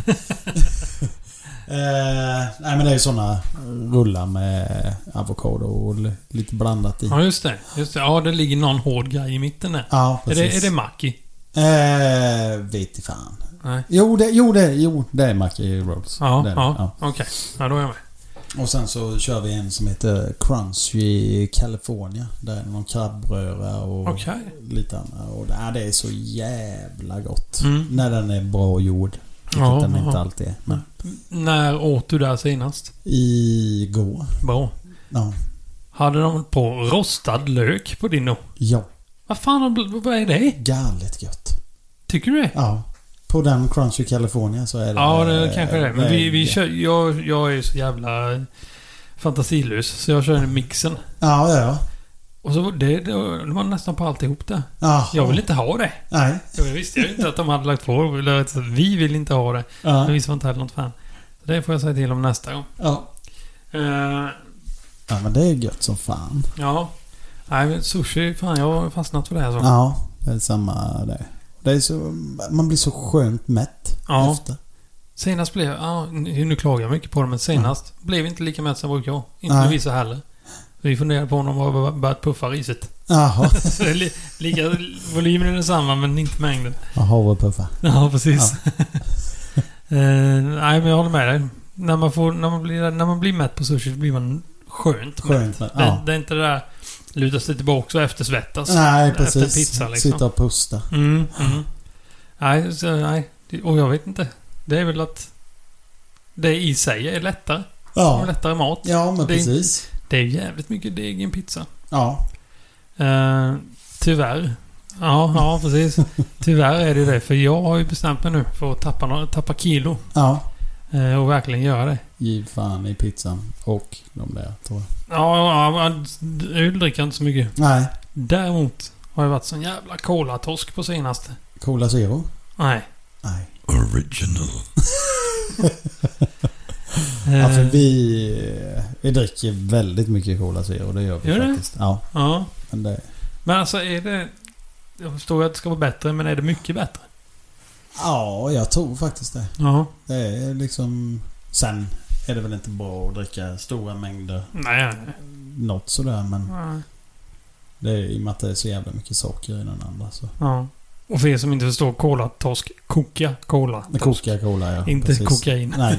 eh, nej men det är ju sådana rullar med avokado och lite blandat i. Ja, just det. Just det. Ja, det ligger någon hård grej i mitten där. Ja, Är precis. det, är det maki? Eh, vet i fan. Nej. Jo, det, jo, det, jo, det är maki rolls. Ja, det är det. ja. Okej. Ja, då är jag med. Och sen så kör vi en som heter Crunchy California. Där är någon krabbröra och Okej. lite annat. Och det, ja, det är så jävla gott. Mm. När den är bra gjord. Vilket Ja, den inte ja. alltid är. Men När åt du där senast? igår. Bra. Ja. Hade de på rostad lök på din då? Ja. Vad fan, vad är det? Galet gött. Tycker du det? Ja. På den Crunchy California så är det... Ja, det kanske det är. Men vi, vi ja. kör, jag, jag är ju så jävla fantasilös. Så jag kör en mixen. Ja, ja, ja. Och så det, det var nästan på alltihop det. Jaha. Jag vill inte ha det. Nej. Jag visste ju inte att de hade lagt på. Eller att vi vill inte ha det. Ja. Men vi var inte heller något fan. Så det får jag säga till om nästa gång. Ja. Uh, Ja, men det är gött som fan. ja. Nej, men sushi, fan jag har fastnat för det här så. Ja, det är samma det. Det är så... Man blir så skönt mätt Ja. efter. Senast blev jag... Ja, nu klagar jag mycket på det, men senast mm. blev inte lika mätt som jag brukar. Inte Nej. med vissa heller. Vi funderar på om de har börjat puffa riset. Jaha. Så det är li, lika, volymen är densamma, men inte mängden. Jaha, puffa. Ja, precis. Ja. uh, nej, men jag håller med dig. När man, får, när man, blir, när man blir mätt på sushi, så blir man skönt, Skönt mätt. ja. Det, det är inte det där luta sig tillbaka och eftersvettas. Nej, efter precis. pizza, liksom. Sitta och pusta. Mm, mm. Nej, så, nej. Och jag vet inte. Det är väl att det i sig är lättare. Ja. Och lättare mat. Ja, men det är, precis. Det är jävligt mycket deg i en pizza. Ja. Uh, tyvärr. Ja, ja, precis. Tyvärr är det det. För jag har ju bestämt mig nu för att tappa, tappa kilo. Ja. Uh, och verkligen göra det. Giv fan i pizzan. Och de där, tror jag. Ja, ja, öl dricker jag inte så mycket. Nej. Däremot har jag varit sån jävla cola-torsk på senaste. Cola Zero? Nej. Nej. Original. Ja, för vi, vi dricker väldigt mycket Cola Zero. Det gör vi gör faktiskt. Det? Ja. Ja. Men, det... men alltså är det... Jag förstår ju att det ska vara bättre, men är det mycket bättre? Ja, jag tror faktiskt det. Ja. Det är liksom... Sen är det väl inte bra att dricka stora mängder. Nej, nej. Något sådär, men... Nej. Det är i och med att det är så jävla mycket socker i den andra. Så. Ja. Och för er som inte förstår, cola-torsk. Coca-cola. Coca-Cola, ja. Inte precis. kokain. Nej.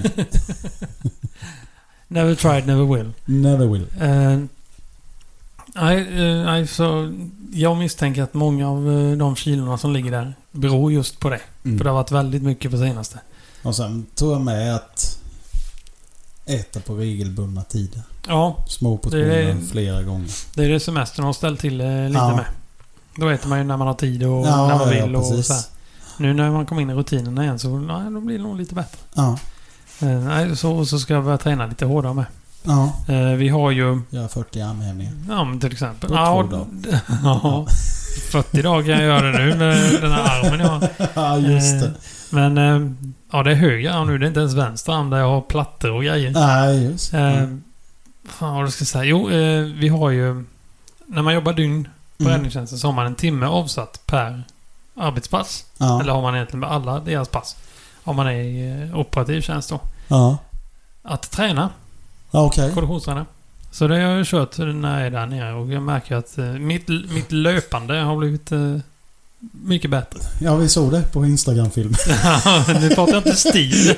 Never tried, never will. Never will. Uh, nej, uh, nej, så jag misstänker att många av uh, de kilorna som ligger där beror just på det. Mm. För det har varit väldigt mycket på senaste. Och sen tror jag med att äta på regelbundna tider. Ja, Små portioner det är- flera gånger. det är det semestern har ställt till uh, lite Ja. med. Då äter man ju när man har tid och Ja, när man ja, vill och precis. så här. Nu när man kommer in i rutinerna igen så nej, då blir det nog lite bättre. Ja. Uh, nej, så, så ska jag börja träna lite hårdare med. Ja. Uh, vi har ju... Gör fyrtio armhävningar. Ja, men till exempel. På Ja, två dagar. d- ja, fyrtio dagar kan jag göra det nu med den här armen jag har. Ja, just det. Eh, Men eh, ja, det är höger arm nu. Det är inte ens vänster arm där jag har plattor och grejer. Nej, just det. Eh, fan vad ska jag säga? Jo, eh, vi har ju... När man jobbar dygn på Mm. räddningstjänsten så har man en timme avsatt per arbetspass. Ja. Eller har man egentligen med alla deras pass. Om man är i eh, operativ tjänst då. Ja. Att träna. Ja, okej. Konditionsträna. Så det har jag kört när jag är där nere och jag märker att eh, mitt, mitt löpande har blivit eh, mycket bättre. Ja, vi såg det på Instagram-film. Nu pratar jag inte stil.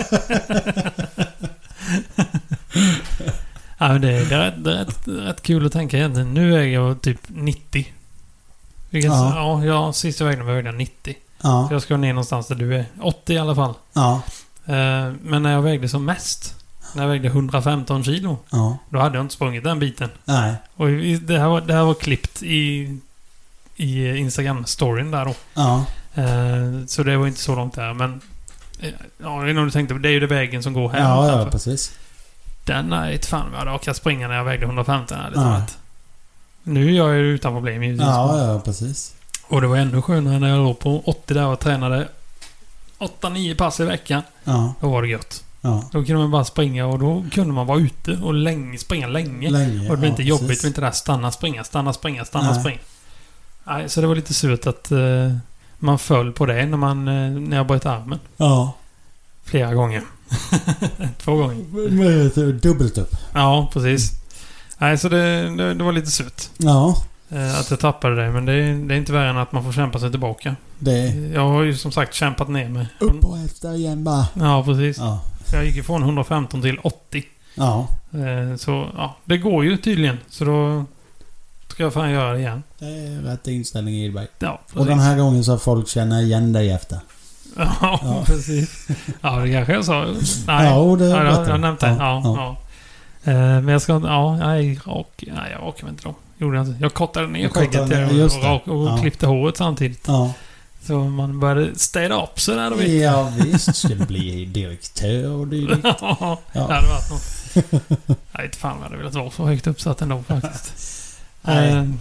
Ja, men det, är, det, är rätt, det är rätt, rätt kul att tänka egentligen. Nu är jag typ nittio. Vilket, Ja. ja. Ja, sist jag vägde mig vägde jag nittio. Ja. Så jag ska ner någonstans där du är. åttio i alla fall. Ja. Eh, men när jag vägde som mest, när jag vägde hundrafemton kilo, Ja. då hade jag inte sprungit den biten. Nej. Och i- det här var, det här var klippt i, i Instagram-storyn där då. Ja. Eh, så det var inte så långt där. Men eh, ja, det är nog du tänkte, det är ju det vägen som går här. Ja, ja, utanför. precis. Den är ett fan jag hade orkat springa när jag vägde hundrafemton. Här, lite Ja. rätt. Nu gör jag det utan problem givetvis. Ja, ja, precis. Och det var ännu skönare när jag låg på åttio där och tränade åtta nio pass i veckan. Ja. Då var det gött. Ja. Då kunde man bara springa och då kunde man vara ute och länge, springa länge. Länge. Och det blev ja, inte jobbigt. Det precis. blev inte där stanna, springa, stanna, springa, stanna, Nej. springa. Nej, så det var lite surt att eh, man föll på det när man eh, när jag bröt armen. Ja. Flera gånger. Två gånger. Med ett dubbelt upp. Ja, precis. Nej, så det, det, det var lite surt. Ja. Eh, att jag tappade det. Men det, är- det är inte värre än att man får kämpa sig tillbaka. Det Jag har ju som sagt kämpat ner mig. upp och efter igen bara. Ja, precis. Ja. Jag gick ifrån hundrafemton till åttio. Ja. Eh, så ja, det går ju tydligen. Så då ska jag fan göra det igen. Det är rätt inställning i dig. Ja, precis. Och den här gången så folk känner igen dig efter. Ja, Ja. precis. Ja, det kanske jag sa. Nej, Ja, och det ja, är jag, bättre. jag nämnde det. Ja, Ja, ja. Eh, men jag ska... Ja, nej, rak... Nej, jag rakade mig inte då. Gjorde jag inte. Jag kortade ner Du kortade skägget ner, och, just och, det. rak, och Ja. klippte håret samtidigt. Ja. Så man började städa upp så där. Vet. Ja visst, skulle bli direktör och dylikt. Ja, det hade varit något. Jag vet inte fan vad det velat vara så högt uppsatt ändå faktiskt. Nej. Eh,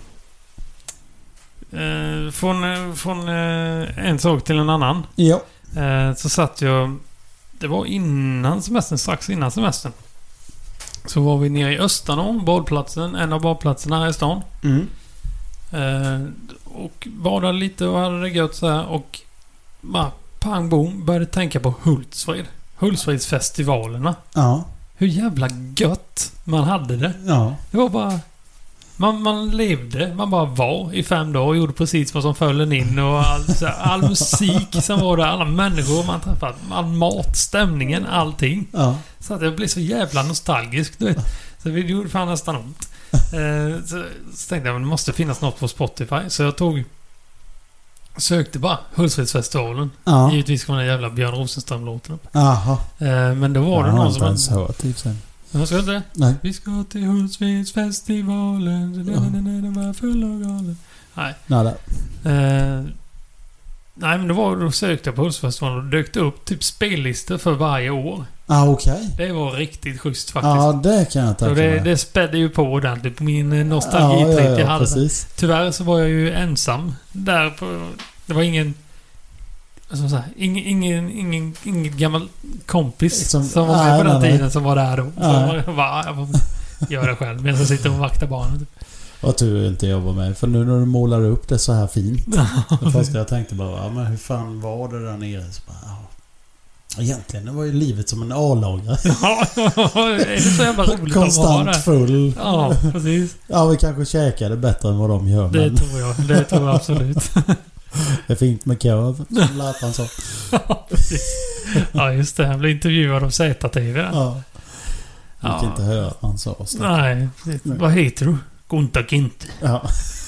eh, från från eh, en sak till en annan. Ja. Eh, så satt jag... Det var innan semestern, strax innan semestern. Så var vi nere i Östanå, badplatsen, en av badplatserna här i stan. Mm. Eh, och badade lite och hade det gött så här. Och bara pang bom, började tänka på Hultsfred. Hultsfredsfestivalerna. Ja. Hur jävla gött man hade det. Ja. Det var bara... Man, man levde, man bara var i fem dagar och gjorde precis vad som föll en in och all, så här, all musik som var där, alla människor man träffat, all mat, stämningen, allting. Ja. Så att jag blev så jävla nostalgisk, du vet. Så det gjorde fan nästan ont. Eh, så, så tänkte jag att det måste finnas något på Spotify. Så jag tog... Sökte bara Hultsfredsfestivalen. Ja. Givetvis kom den jävla Björn Rosenström-låten upp. Aha. Eh, men då var det jag har någon inte som... ens hört typ sen. Jag ska inte. Nej. Vi ska till Hultsfredsfestivalen. Den var full och galen. Nej. Nada. Eh, nej, men då, var, då sökte jag på Hultsfredsfestivalen och dök det upp typ spellistor för varje år. Ah, okej. Okay. Det var riktigt schysst faktiskt. Ja, det kan jag tänka så det, mig. det spädde ju på ordentligt på min nostalgitripp ja, ja, ja, jag hade. Precis. Tyvärr så var jag ju ensam där på... Det var ingen... Alltså så här, ingen, ingen, ingen, ingen gammal kompis Liksom, som var med nej, på den nej, tiden nej. som var där då. Så Nej. jag bara, jag får göra det själv medan jag sitter och vaktar barnen. Vad tur inte jag var med. För nu när du målar upp det så här fint. Det första jag tänkte bara, ja, men hur fan var det där nere? Så bara, ja. Egentligen det var ju livet som en A-lagare. Ja, är det så jävla roligt att vara där? Konstant full. Ja, precis. Ja, vi kanske käkade bättre än vad de gör. Det men tror jag. Det tror jag absolut. det är fint med korv, som Latan sa. Ja, precis. Ja, just det. Han blev intervjuad av Z T V. Ja. Vi Ja. kan inte höra vad han sa. Så. Nej, precis. Vad heter du? Gunta Kinte. Ja.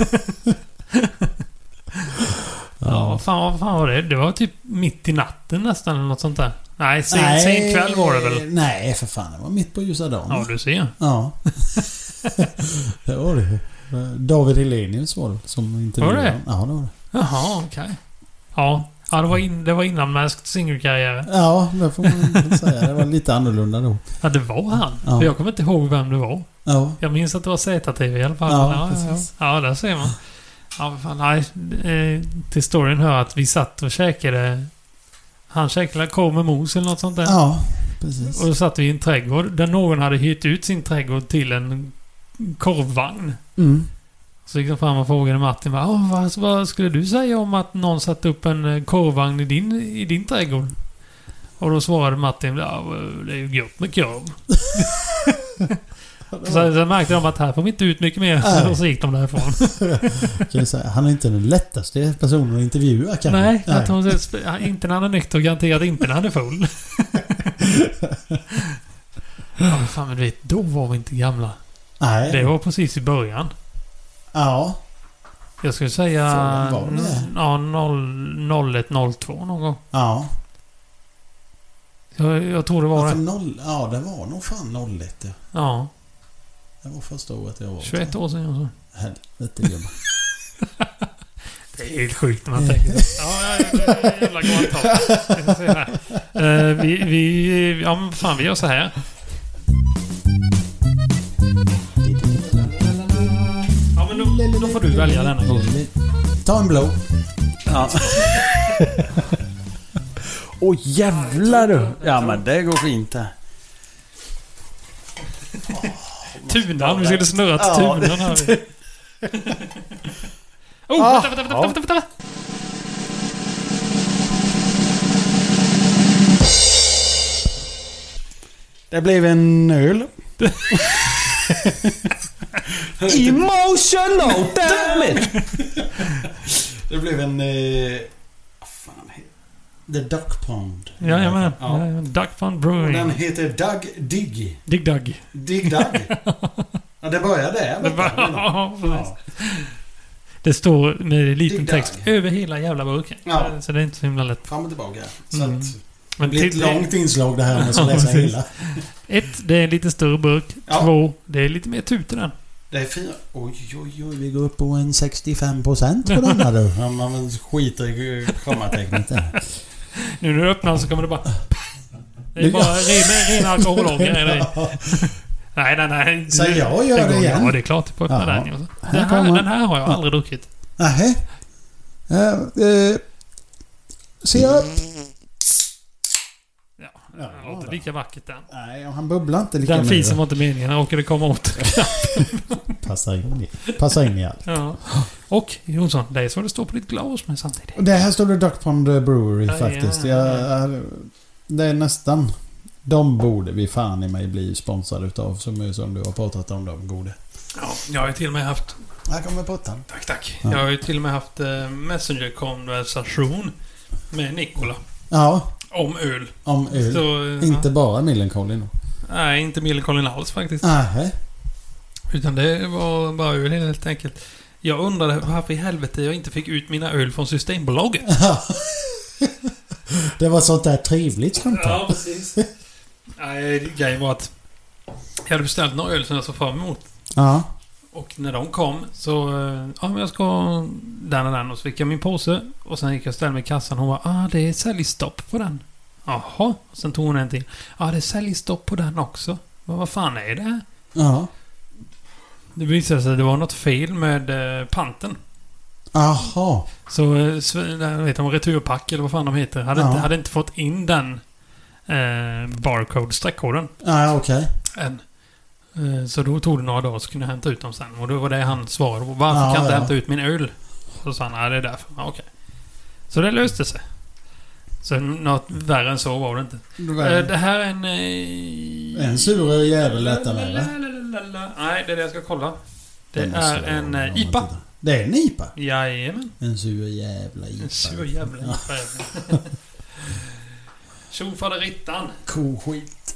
Ja, vad fan, vad fan var det? Det var typ mitt i natten nästan eller något sånt där. Nej, sen, sen kväll var det väl? Nej, för fan. Det var mitt på ljusa dagen. Ja, du ser. Ja. Det var det. David Helenius var det som intervjuade. Var det? Ja, det var det. Jaha, okej. Okay. Ja, ja det, var in, det var innan Masked Singer-karriär. Ja, det får man säga. Det var lite annorlunda då. Ja, det var han. Ja. För jag kommer inte ihåg vem det var. Ja. Jag minns att det var Z T V i alla fall. Ja, Ja, ja, precis. ja. Ja, där ser man. Ja, fan, nej. Eh, till storyn hör att vi satt och käkade... Han käkade korv med mos eller något sånt där. Ja, precis. Och då satt vi i en trädgård där någon hade hyrt ut sin trädgård till en korvvagn. Mm. Så gick de fram och frågade Martin bara, Åh, vad, vad skulle du säga om att någon satte upp en korvvagn i din, i din trädgård? Och då svarade Martin, ja, det är ju gott med korv. så, så märkte de att här får vi inte ut mycket mer. Nej. Och så gick de därifrån. Kan jag säga, han är inte den lättaste personen att intervjua kanske. Nej, jag tror att inte när han är nykter och garanterat inte när han är full. Ja, men fan, men du vet, då var vi inte gamla. Nej. Det var precis i början. Ja. Jag skulle säga Frågan var det. n- ja, noll ett noll två någon gång. Ja. Jag, jag tror det var Ja, för det. noll, ja, det var nog fan noll ett. Ja. Ja, Det var första året jag var. tjugoett år sedan. Alltså. Helvete gubbar. Det är helt sjukt när man tänker så. Ja, ja, ja, ja, jävla galet. Vi får se här. Eh, vi, vi, ja men fan vi gör så här. Ja men då, då får du välja denna gång. Ta en blå. Ja. Åh oh, jävlar du! Ja men det går fint det. Tunan, vi skulle snurra till Ja, tunan här. Oh, Ah, vänta, vänta, vänta, vänta, vänta. Det blev en öl. Emotional damage! Det blev en... Eh, vad fan heter The Duck Pond. Jajamän. Ja. Ja. Duck Pond Och Brewing. den heter Doug Digg. Dig Dug. Dig Doug. Ja, det börjar där. Det, vet bara, du. ja, Ja. det står med liten Dig text Dug. över hela jävla burken. Ja. Så det är inte så himla lätt. Fram och tillbaka. Så Mm. att, Det Men blir ett till, långt inslag det här med att Ja, läsa precis. hela. ett, det är en lite större burk. Ja. Två, det är lite mer tut i den. Det är fyra. Oj, oj, oj. Vi går upp på en sextiofem procent på den här du. Om man skiter i kommatecknet där. Nu när du öppnar så kommer det bara... Det är bara ren, ren alkoholånger. Är det? Nej, nej, nej. Så jag gör det igen. Ja, det är klart. Du får öppna Ja. den. Här Den här, kommer- den här har jag aldrig druckit. Nähä. Uh, uh, se upp. Ja, Ja, det låter lika vackert den. Nej, han bubblar inte lika Den mycket. fisen var inte meningen. Jag råkade komma åt. Passar in i. Passar in i allt. Ja. Och Jonsson, det är så det står på ditt glas med samtidigt. Det här står det Duck Pond Brewery Ja, faktiskt. ja, ja. Jag, det är nästan... De borde vi fan i mig bli sponsrade utav. Som, som du har pratat om de gode. Ja, jag har ju till och med haft... Här kommer pottan. Tack, tack. Ja. Jag har ju till och med haft eh, Messenger-konversation med Nikola Ja, om öl. om öl. Så, eh, Inte ja. bara Millencolin. Nej, inte Millencolin alls faktiskt. Nähä. Utan det var bara öl helt enkelt. Jag undrade varför i helvete jag inte fick ut mina öl från Systembolaget. Det var sånt där trevligt samtal. Ja, precis. Nej, grejen var att jag hade beställt några öl som jag såg fram emot. Ja. Och när de kom så... eh, Ja, men jag ska den och den. Och så fick jag min påse. Och sen gick jag och ställde mig i kassan. Hon var ah, det är säljstopp på den. Jaha. Och sen tog hon en till. Ja, ah, det är säljstopp på den också. Men vad fan är det här? Ja. Det visade sig att det var något fel med eh, panten. Aha. Så, eh, sv- jag vet inte, returpack eller vad fan de heter. Hade, Ja. inte, hade inte fått in den eh, barcode-streckkoden Ja, okej. än. Eh, så då tog det några dagar så kunde jag hämta ut dem sen. Och då var det han svarade på. Varför Ja, kan jag inte ja. hämta ut min öl? Så sa han, ja det är därför. Ja, okej. Så det löste sig. Så något värre än så var det inte. Det var Eh, det här är en... Eh, en sur jävel detta med, va? Lalalala. Nej, det är det jag ska kolla. Det Det måste är vara en om eh, man I P A. tittar. Det är en I P A? Jajamän. En sur jävla I P A. En sur jävla I P A. Tjofaderittan. Koskit.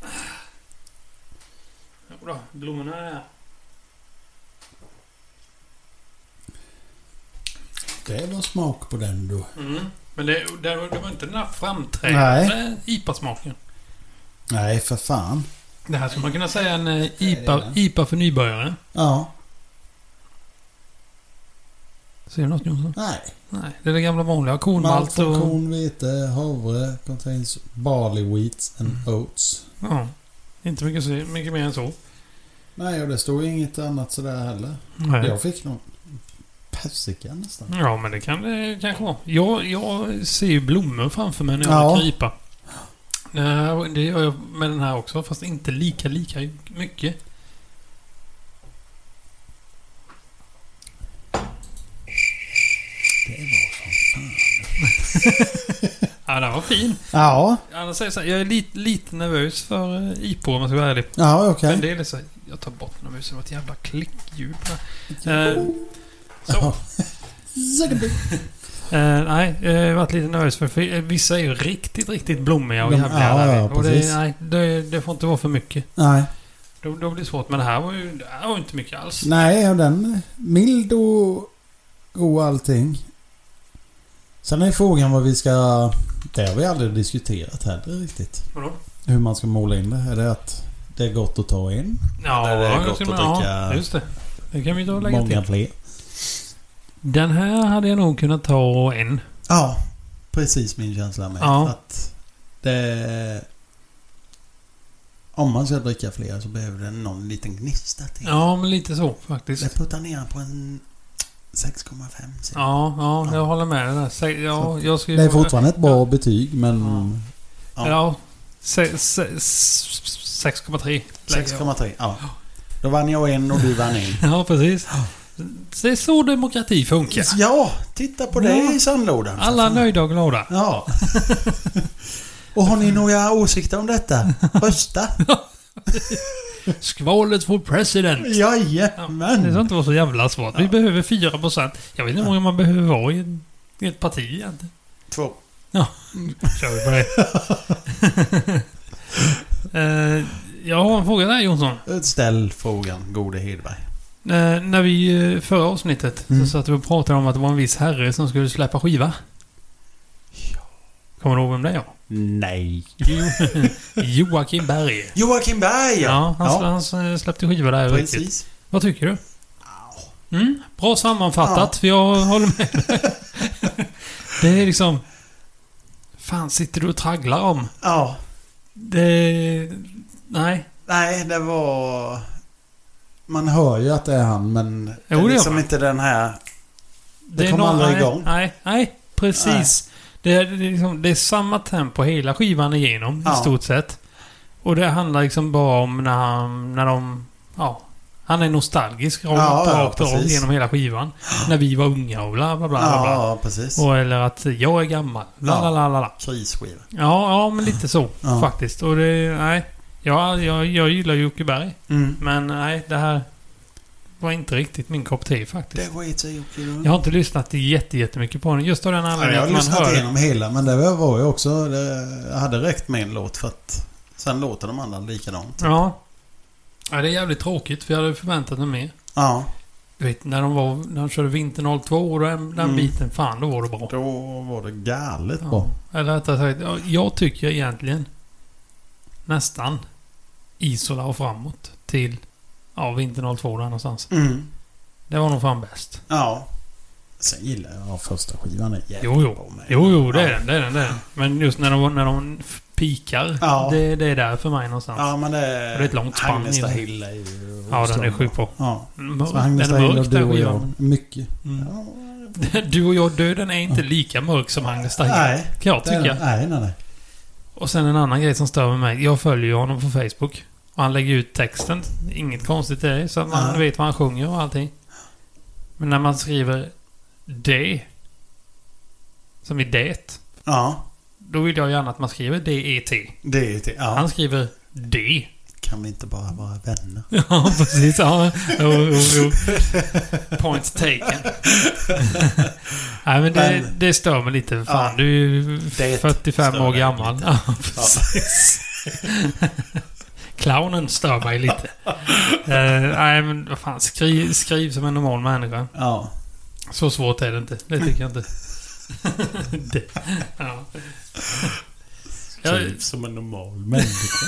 Jodå, blommorna är här. Det var smak på den då. Mm. Men det, det, det var inte den här framträdande I P A-smaken. Nej, för fan. Det här skulle man kunna säga en eh, I P A, I P A för nybörjare. Ja. Ser du något, Jonsson? Nej. Nej, det är det gamla vanliga. Malt Kornmalt från och... korn, vete, havre, contains barley wheats and oats. Ja, inte mycket, så- mycket mer än så. Nej, och det stod ju inget annat sådär heller. Nej. Jag fick någon persika nästan. Ja, men det kan det kanske vara. Jag, jag ser ju blommor framför mig när jag Ja. dricker I P A. Eh, Det gör jag med den här också, fast inte lika, lika mycket. Det var som fan. Ja, den var fin. Ja, Jag, säger så här, jag är lite, lite nervös för eh, I P A om jag ska vara ärlig. ja okej. Men det är så här, jag tar bort nervös. Det var ett jävla klickljud där. Eh, så. Eh, nej, jag har varit lite nervös för, för vissa är ju riktigt, riktigt blommiga och De- jävliga. ja, där. ja, och det, precis. nej, det, det får inte vara för mycket. Nej. Då, då blir det svårt. Men det här var ju det här var ju inte mycket alls. Nej, och den mild och god allting. Sen är frågan vad vi ska... Det har vi aldrig diskuterat heller riktigt. Vadå? Hur man ska måla in det. Är det att det är gott att ta in? Ja, det är jag gott skulle- att ja, dricka. just det. Det kan vi då lägga Många till. fler. Den här hade jag nog kunnat ta en. Ja, precis min känsla med. Ja. För att det... Om man ska dricka fler så behöver det någon liten gnista till. Ja, men lite så faktiskt. Jag puttar ner på en sex komma fem. Ja, ja, jag håller med dig där. Se, ja, jag ska ju- Det är fortfarande ett bra betyg, men... Ja. Ja. Se, se, sex komma tre. sex komma tre, ja. Då vann jag en och du vann en. Ja, precis. Det är så demokrati funkar. Ja, titta på det Ja. i sandlådan. Alla nöjda och glada. Ja. Och har ni några åsikter om detta? Rösta! Skvalet for president. Det Jajamän! ska inte vara så jävla svårt. Vi behöver fyra procent. Jag vet inte hur många man behöver vara i ett- i ett parti egentligen. Två. Kör vi på det. Eh, jag har en fråga där, Jonsson. Ställ frågan, gode Hedberg. Eh, när vi eh, förra avsnittet Mm. så satt vi och pratade om att det var en viss herre som skulle släppa skiva. Kommer du ihåg vem det är? Nej. Jo, Joakim Berg. Joakim Berg! Ja, han, ja. han släppte skiva där. Riktigt. Precis. Vad tycker du? Mm, bra sammanfattat. Ja. Jag håller med. Det är liksom... Fan, sitter du och tragglar om? Ja. Det... Nej. Nej, det var... Man hör ju att det är han, men det är liksom inte den här... Det, det kommer aldrig nej, igång. Nej, nej, precis. Nej. Det, är, det, är liksom, det är samma tempo hela skivan igenom, ja. I stort sett. Och det handlar liksom bara om när, han, när de... Ja, han är nostalgisk rakt ja, ja, rakt av genom hela skivan. När vi var unga och bla bla bla. bla, bla. Ja, precis. Och eller att jag är gammal. Bla, bla, bla, bla, bla. Krisskiva. Ja, ja, men lite så ja. Faktiskt. Och det... Nej. Ja, jag, jag gillar Jocke Berg. Mm. Men nej, det här var inte riktigt min kopp te faktiskt. Det var inte Jocke. Jag har inte lyssnat jätte, jättemycket på den. Just av den anledningen att man hör... Jag har lyssnat hör... igenom hela, men det var ju också... Det, jag hade räckt med en låt för att... Sen låter de andra likadant. Ja. Ja, det är jävligt tråkigt för jag hade förväntat mig mer. Ja. Du vet, när de var... När de körde Vinter noll två och den, den mm. biten, fan, då var det bra. Då var det galet ja. bra. Eller rättare sagt, jag, jag tycker egentligen nästan Isola och framåt till ja, Vinter noll två där någonstans. Mm. Det var nog fan bäst. Ja. Sen gillar jag första skivan är jävligt jo, jo. bra med. Jo, jo, det ja. är den, det är den, det är den. Men just när de, när de pikar, ja. det, det är där för mig någonstans. Ja, men det är... Och det är ett långt spann. Hagnesta Hill är ju... Ja, den är sjukt på. Ja. Så Hagnesta Hill och du och jag. Mycket. Mm. Ja. Du och jag döden är inte lika mörk som Hagnesta Hill. Nej. Kan jag tycka. Nej, nej, nej. Och sen en annan grej som stör med mig. Jag följer ju honom på Facebook. Och han lägger ut texten. Inget konstigt i det. Så att man ja. vet vad han sjunger och allting. Men när man skriver det. Som i det. Ja. Då vill jag gärna att man skriver D-E-T. D-E-T, ja. Han skriver D. Kan vi inte bara vara vänner? Ja, precis. Ja, jo, jo, jo. Point taken. Nej, men det, men, det stör mig lite. Fan, ja, du är ju fyrtiofem år gammal. Ja, precis. Ja. Clownen stör mig lite. uh, nej, men vad fan. Skriv, skriv som en normal människa. Ja. Så svårt är det inte. Det tycker jag inte. det, ja. Skriv som en normal människa.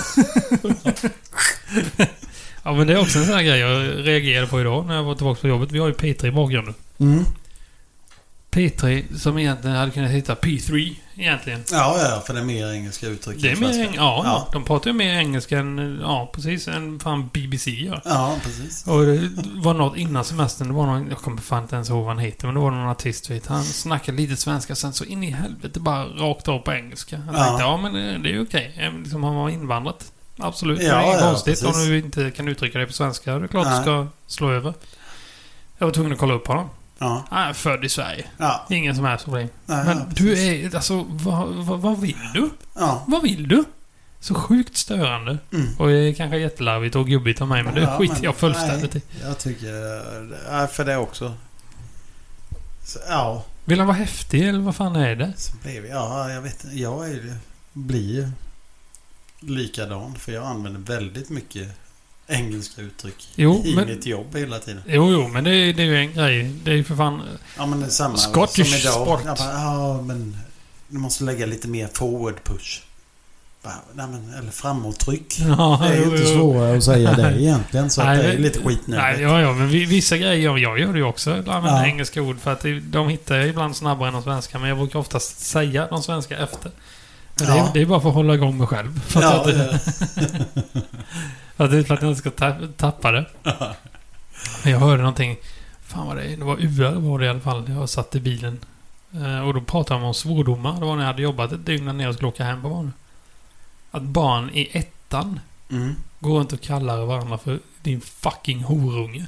Ja, men det är också en sån här grej jag reagerade på idag när jag var tillbaka på jobbet. Vi har ju P tre i bakgrunden. Mm. P tre som egentligen hade kunnat heta P tre egentligen. Ja, ja, för det är mer engelska uttryck. Det är mer eng- ja, ja, de pratar ju mer engelska än, ja, precis, än fan B B C gör. Ja, precis. Och det var något innan semestern, det var någon, jag kommer fan inte ens ihåg vad han heter, men det var någon artist, vet, han snackade lite svenska, sen så in i helvete bara rakt av på engelska. Jag tänkte, ja, ja men det är ju okej. Okay. Liksom han var invandrat. Absolut, ja, det är inget ja, konstigt. Precis. Om du inte kan uttrycka det på svenska, det är klart Nej. du ska slå över. Jag var tvungen att kolla upp honom. Ja. Han är född i Sverige. Ja. Ingen som är problem. Nej, men ja, du är, alltså, vad, vad, vad vill du? Ja. Vad vill du? Så sjukt störande. Mm. Och det är kanske jättelarvigt och gubbigt av mig, men det ja, skiter men, jag fullständigt i. Jag tycker... Ja, för det också. Så, ja. Vill han vara häftig, eller vad fan är det? Så blev ja, jag vet inte. Jag är, blir likadan, för jag använder väldigt mycket engelska uttryck jo, i men, mitt jobb hela tiden. Jo, jo, men det är, det är ju en grej. Det är ju för fan... Ja, men det är samma Scottish som idag. sport. Jag bara, ja, men du måste lägga lite mer forward push. Bara, nej, men, eller framåttryck. Ja, det är ju inte svårare att säga det egentligen, så nej, att det är lite skitnödigt. Ja, ja, men vissa grejer, jag, jag gör det ju också. Jag använder ja. engelska ord för att de hittar jag ibland snabbare än de svenska, men jag brukar oftast säga de svenska efter. Men ja. det, är, det är bara för att hålla igång mig själv. För ja, att, det, för att, för att jag inte ska tappa det. Jag hörde någonting. Fan vad det är. Det var U R var det i alla fall. Jag satt i bilen. Och då pratade de om svordomar. Det var när jag hade jobbat ett dygn när jag skulle åka hem på morgonen. Att barn i ettan mm. går runt och kallar varandra för din fucking horunge.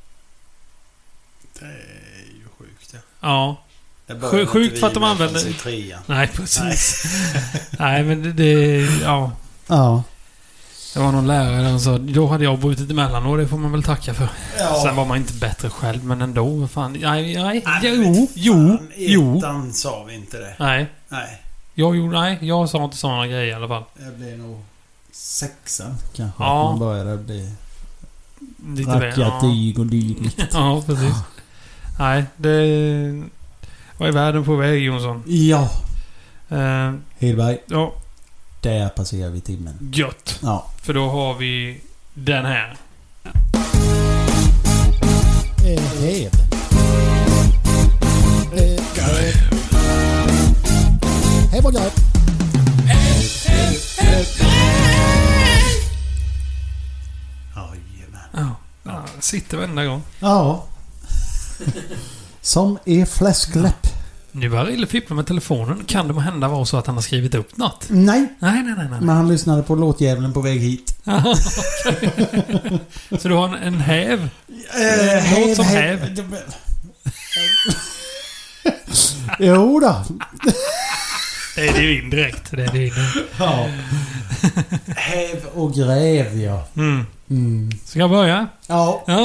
Det är ju sjukt, ja. Ja. Sjuk, sjukt för att de använder... Nej, precis. Nej, Nej men det, det... Ja. Ja. Det var någon lärare som sa, då hade jag brutit emellan och det får man väl tacka för. Ja. Sen var man inte bättre själv, men ändå. Fan. Nej, nej. nej jo, jo, jo. Ettan sa vi inte det. Nej. Nej. Jag gjorde, nej, jag sa inte sådana grejer i alla fall. Det blir nog sexan kanske. Ja. Man började bli... Lite rackatyg och dylikt. Ja, precis. Nej, det... Vad är världen på väg, Jonsson? Ja. Uh, Hedberg. Ja. Där passerar vi timmen. Gött. Ja. För då har vi den här. Eh, häv. Eh, häv. Häv och gräv. Jajamän. Ja. Ja, sitter varenda gång. Ja. Som är fläskläpp. Nu börjar Rille fippla med telefonen. Kan det hända vara så att han har skrivit upp något? Nej. Nej, nej, nej. nej. Men han lyssnade på låtjävlen på väg hit. Aha, okej. Så du har en, en häv? Eh, Låt som häv. Jo då. Det är det ju indirekt. Det är det ju indirekt. Ja. Häv och gräv, ja. Mm. Mm. Ska jag börja? Ja. Ja.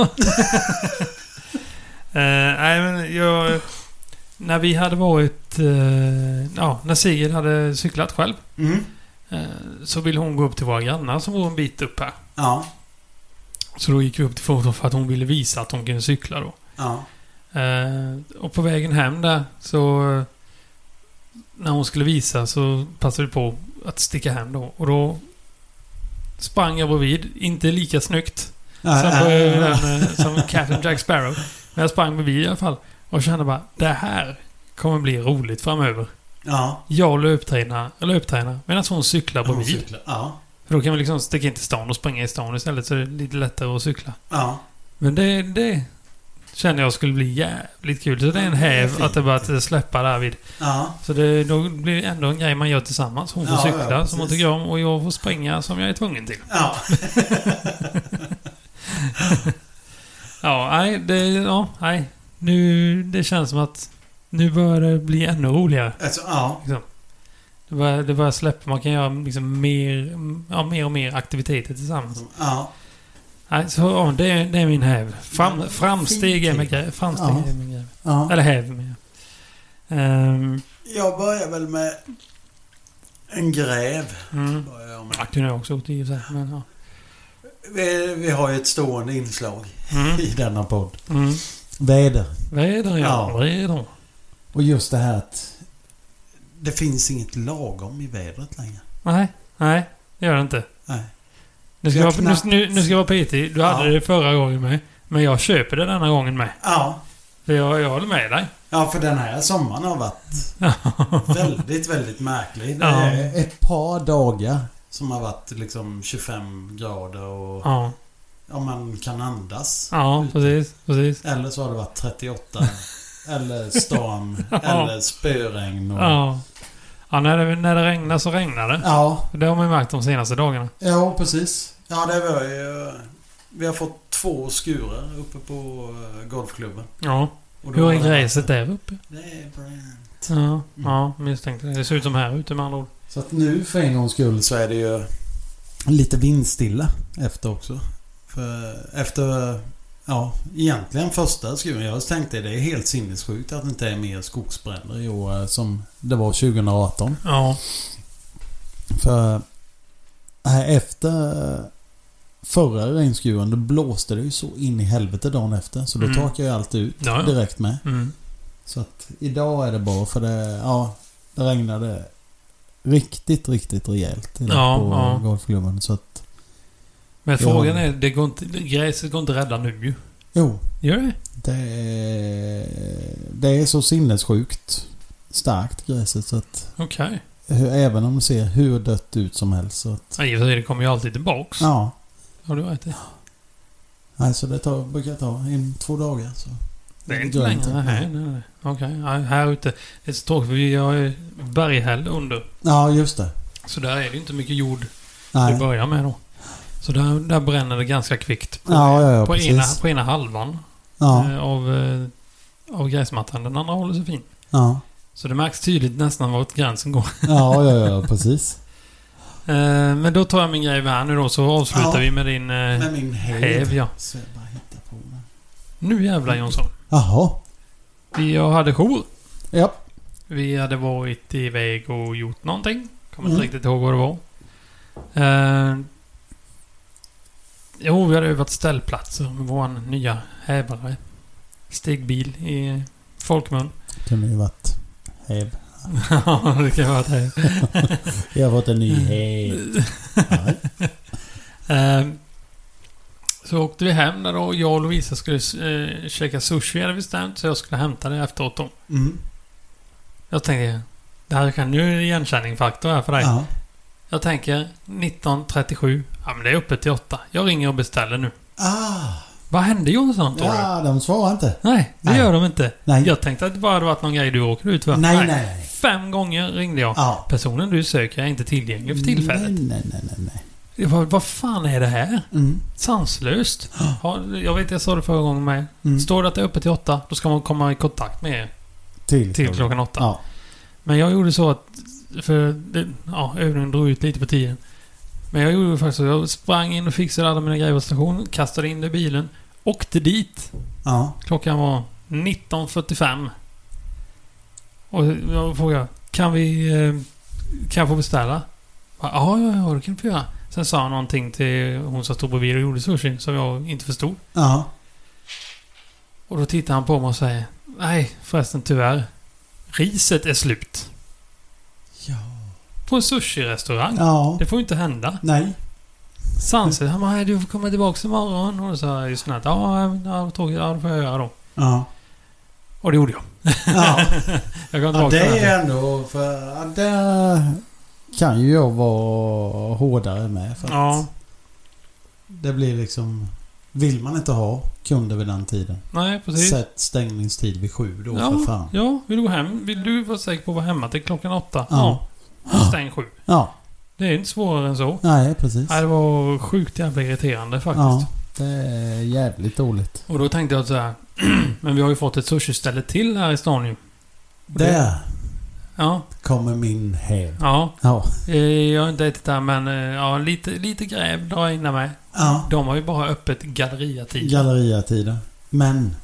uh, nej, men jag... När vi hade varit... Uh, ja, när Sigrid hade cyklat själv. Mm. Uh, så ville hon gå upp till våra grannar som var en bit upp här. Ja. Så då gick vi upp till foton för att hon ville visa att hon kunde cykla då. Ja. Uh, och på vägen hem där så... Uh, när hon skulle visa så passade vi på att sticka hem då. Och då sprang jag bredvid. Inte lika snyggt Ja, som, ja, på, ja, ja. den, som Captain Jack Sparrow. Men jag sprang bredvid i alla fall. Och kände bara, det här kommer bli roligt framöver. Ja. Jag löptränar, löptränar medan hon cyklar Hon bredvid. cyklar. Ja. För då kan vi liksom sticka in till stan och springa i stan istället, så är det lite lättare att cykla. Ja. Men det, det kände jag skulle bli jävligt kul. Så det är en Ja, det är häv fint. att det bara att släppa där vid. Ja. Så det då blir det ändå en grej man gör tillsammans. Hon får Ja, cykla ja, som hon precis. tycker om och jag får springa som jag är tvungen till. Ja. Ja, nej, det, ja, nej. Nu, det känns som att nu börjar det bli ännu roligare. Alltså, ja. Liksom. Det börjar, det börjar släppa. Man kan göra liksom mer, ja, mer och mer aktiviteter tillsammans. Ja. Nej, så ja, det, är, det är min häv. Fram, framsteg är min grej. Framsteg Ja. är min grej. Ja. Eller häv med. Um, Jag börjar väl med en gräv. mm. Börjar jag med. Jag kunde jag också gjort det i och för sig, men ja. Vi, vi har ju ett stående inslag Mm. i denna podd. Mm. Väder. Väder, ja. Ja. Väder. Och just det här att... Det finns inget lagom i vädret längre. Nej, nej. Det gör det inte. Nej. Nu ska, Jag jag, nu, knappt- nu, nu ska jag vara pitig. Du hade Ja. det förra gången med. Men jag köper det denna gången med. Ja. För jag, jag håller med dig. Ja, för den här sommaren har varit väldigt, väldigt märklig. Det Ja. är Ett par dagar. som har varit liksom tjugofem grader och Ja, ja, man kan andas. ja ute. precis, precis. Eller så har det varit trettioåtta. Eller storm. Ja. Eller spöregn. Och... Ja. Ja, när det, när det regnar så regnar det. Ja. Det har man ju märkt de senaste dagarna. Ja, precis. Ja, det var ju... Vi har fått två skurar uppe på uh, golfklubben. Ja. Och då Hur var är det- gräset där uppe? Det är brant. Ja, ja, misstänkte det. Det ser ut som här ute med andra ord. Så att nu för en gångs skull Så är det ju... lite vindstilla. Efter också. För efter... Ja, egentligen första skuren. Jag tänkte det är helt sinnessjukt att det inte är mer skogsbränder i år. Och, eh, som det var tjugo arton. Ja. För här efter förra regnskuren då blåste det ju så in i helvete dagen efter. Så då Mm. torkade jag allt ut Ja, ja. direkt med. Mm. Så att idag är det bra för det, ja, det regnade riktigt, riktigt rejält idag Ja, på ja. golfklubben. Så att, Men Ja. frågan är, det går inte, gräset går inte rädda nu ju. jo, Gör det? det är, det är så sinnessjukt starkt gräset så att Okej. hur, även om det ser hur dött ut som helst så att, Ja, i och för sig, det kommer ju alltid tillbaks. ja. Har du rätt i. Nej, så det tar, brukar ta en, två dagar så. Det är inte gör längre. Nej, nej, nej. Okej. Ja, här ute. Det är så tråkigt för vi har ju berghäll under. Ja, just det. Så där är det inte mycket jord till Nej. att börja med då. Så där, där bränner det ganska kvickt. På, Ja, ja, ja, på, precis. ena, på ena halvan Ja, eh, av, eh, av gräsmattan. Den andra håller sig fin. ja. Så det märks tydligt nästan vart gränsen går. Ja, ja, ja, precis. Eh, men då tar jag min grej här nu då, så avslutar Ja. vi med din eh, Med min häv. häv. Ja. Så jag bara hittar på den. Nu jävlar Jonsson. Jaha. Vi hade jour. Ja. Vi hade varit iväg och gjort någonting. Kommer Mm. inte riktigt ihåg vad det var. Eh, jo, vi hade övat ställplatser med vår nya hävare. Stegbil i folkmun. Kunde ju varit häv. Ja, det kan vara ett häv. Jag har fått en ny häv. Ja. Eh, så Så åkte vi hem där och jag och Lovisa skulle eh, käka sushi hade vi bestämt. Så jag skulle hämta det efteråt då. Mm. Jag tänkte, det här kan nu är det igenkänningsfaktor här för dig. Ja. Jag tänker nitton trettiosju. Ja, men det är uppe till åtta. Jag ringer och beställer nu. Ah. Vad hände Jonsson, tror du? Ja, de svarar inte. Nej, det Nej. gör de inte. Nej. Jag tänkte att det bara hade varit någon grej du råkade ut för. Nej, nej, nej. Fem gånger ringde jag. Ja. Personen du söker är inte tillgänglig för tillfället. Nej, nej, nej, nej, nej. Jag bara, vad fan är det här? Mm. Sanslöst. Ja, jag vet, jag sa det förra gången med. Mm. Står det att det är uppe till åtta, då ska man komma i kontakt med er Till, till klockan åtta. Ja. Men jag gjorde så att, för det, ja, övningen drog ut lite på tiden. Men jag gjorde faktiskt så, jag sprang in och fixade alla mina grejer på stationen, kastade in det i bilen, åkte dit. Ja. Klockan var nitton fyrtiofem. Och jag frågade, kan vi, eh, kan jag få beställa? Ja, ja, ja, det kan du göra. Sen sa han någonting till hon som stod bredvid och gjorde sushi som jag inte förstod. Ja. Och då tittar han på mig och säger, nej, förresten tyvärr. Riset är slut. Ja. På en sushi-restaurang. Ja. Det får inte hända. Nej. Sanse, han bara, nej, du får komma tillbaka imorgon. Och då sa jag just snart, ja, ja, tråkigt, ja, det får jag göra då. Ja. Och det gjorde jag. Ja. Jag kom Ja, tillbaka det till är ändå för ja, där kan ju jag vara hårdare med för att Ja, det blir liksom vill man inte ha kunder vid den tiden. nej, precis. Sätt stängningstid vid sju då Ja, för fan. ja, vill du gå hem? Vill du vara säker på att vara hemma till klockan åtta? Ja. Ja. Stäng sju. Ja. Det är inte svårare än så. Nej, precis. Nej, det var sjukt jävla irriterande faktiskt. Ja, det är jävligt dåligt. Och då tänkte jag så här. Men vi har ju fått ett sushi-ställe till här i stan ju. Där Ja, kommer min häv. ja. Ja. Eh, Jag har inte ätit där men eh, ja, lite, lite gräv drar jag in där med. Ja. De har ju bara öppet galleriatid. Galleriatider. Men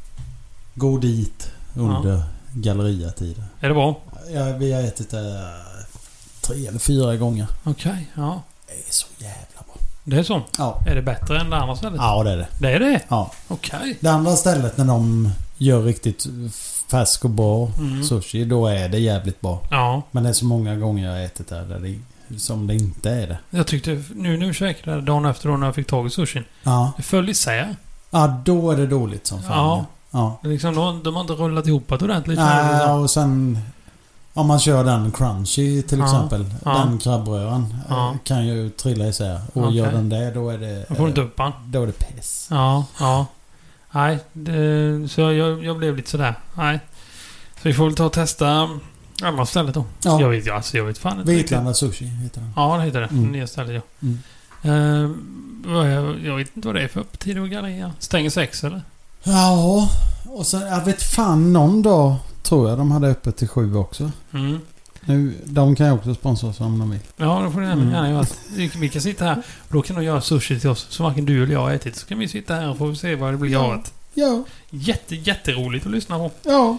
gå dit under galleriatider. Är det bra? Ja, vi har ätit det tre eller fyra gånger. Okej, ja. Det är så jävla bra. Det är så. Ja. Är det bättre än det andra stället? Ja, det är det. Det är det? Ja. Okej. Det andra stället när de gör riktigt färsk och bra Mm. sushi, då är det jävligt bra. Ja. Men det är så många gånger jag har ätit där, där det, som det inte är det. Jag tyckte, nu när vi käkade dagen efter då när jag fick tag i sushin. Ja. Det föll isär. Ja, då är det dåligt som fan. Ja. Ja. Det är liksom, de, de har inte rullat ihop det ordentligt. känns det Nej, som. och sen om man kör den crunchy till Ja. exempel. Ja. Den krabbröran Ja. eh, kan ju trilla isär. Och Okej. gör den det, då är det... Jag får inte eh, upp han. Då är det piss. Ja, ja. Nej, det, så jag, jag blev lite sådär. Nej. Så vi får väl ta och testa andra stället då. Ja. Jag vet, alltså, jag vet fan inte riktigt. Vitlanda sushi heter den. Ja, det heter det. Mm. Nya stället, ja. Mm. Eh, vad jag, jag vet inte vad det är för öppettider och galleria. Stänger sex, eller? Ja, och sen, jag vet fan någon dag tror jag de hade öppet till sju också. Mm. Nu, de kan ju också sponsra oss om de vill. Ja, då får ni Mm. gärna göra. Vi, vi kan sitta här och då kan de göra sushi till oss som varken du eller jag har ätit. Så kan vi sitta här och få se vad det blir Ja. av det. Ja, Jätte, jätteroligt att lyssna på. ja.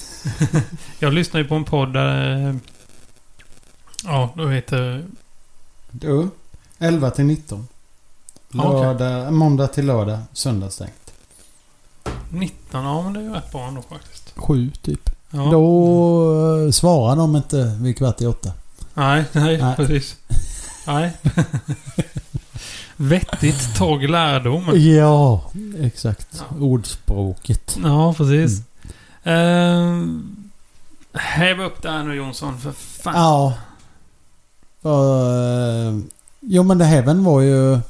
Jag lyssnar ju på en podd där... eh, Ja, då heter... Du, elva till nitton. Ja, okej. Lördag, måndag till lördag, söndag stängt. nitton, ja men det är ju rätt bra ändå faktiskt. Sju typ. Ja. Då eh, svarar de inte vid kvart i åtta. Nej, nej, Nej. precis. Nej. Vettigt, tag lärdom. Ja, exakt. Ja. Ordspråket. Ja, precis. Mm. Häv upp det här nu Jonsson, för fan. Ja. Uh, jo men det häven var ju...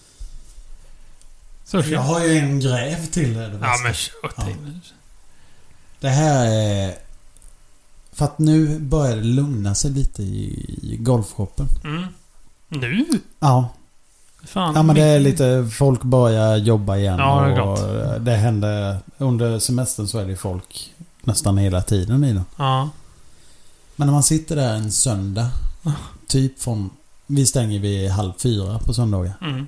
Sushi. Jag har ju en gräv till det. det Ja, bästa. men kör till. Det här är... För att nu börjar det lugna sig lite i, i golfshoppen. Mm. Nu? Ja. Fan. Ja men det är mitt- lite... Folk börjar jobba igen. Ja, det är och klart. det händer... Under semestern så är det folk nästan hela tiden i den. Ja. Men när man sitter där en söndag. Typ från... Vi stänger vid halv fyra på söndagar. Mm.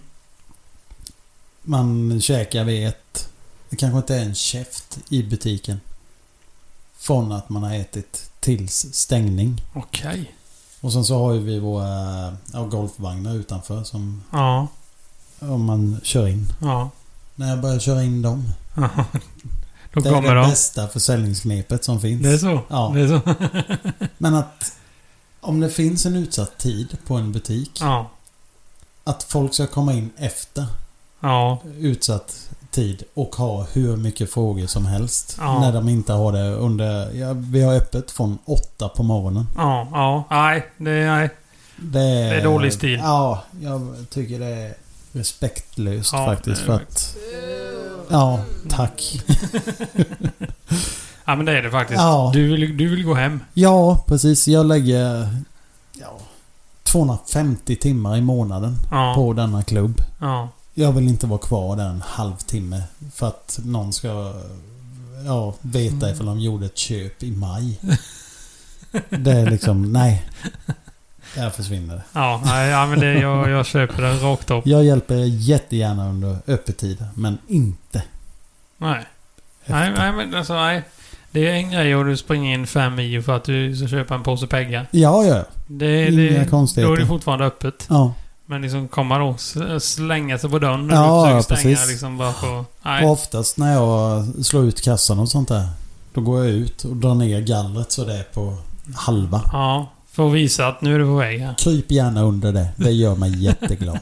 Man käkar vid ett... Det kanske inte är en käft i butiken. Från att man har ätit tills stängning. Okej. Och sen så har ju vi våra ja, golfvagnar utanför som Ja. om man kör in. Ja. När jag börjar köra in dem. Då det är kommer det de. bästa försäljningsknepet som finns. Det är så? Ja. Det är så? Men att om det finns en utsatt tid på en butik. Ja. Att folk ska komma in efter. Ja. utsatt tid och ha hur mycket frågor som helst. Ja. När de inte har det under... Ja, vi har öppet från åtta på morgonen. Ja, ja. Nej, det är... Nej. Det är, Det är dålig stil. Ja, jag tycker det är respektlöst Ja, faktiskt. det För är att, ja, tack. Ja, men det är det faktiskt. Ja. Du, vill, du vill gå hem. Ja, precis. Jag lägger ja, tvåhundrafemtio timmar i månaden Ja. på denna klubb. Ja. Jag vill inte vara kvar där en halvtimme för att någon ska ja, veta ifall de gjorde ett köp i maj. Det är liksom, nej. Där försvinner det. Ja, nej, ja men det, jag, jag köper det rakt upp. Jag hjälper jättegärna under öppettid, men inte Nej. Nej, nej, men alltså nej. Det är en grej och du springer in fem mil för att du ska köpa en påse pengar. Ja, ja. Det, Inga det, konstigheter. Då är det fortfarande öppet. Ja. Men liksom komma då s- slänga sig på dörren när Ja, du försöker stänga precis. liksom bara på... Nej. Och oftast när jag slår ut kassan och sånt där, då går jag ut och drar ner gallret så det är på halva. Ja, för att visa att nu är du på väg här. Kryp gärna under det. Det gör mig jätteglad.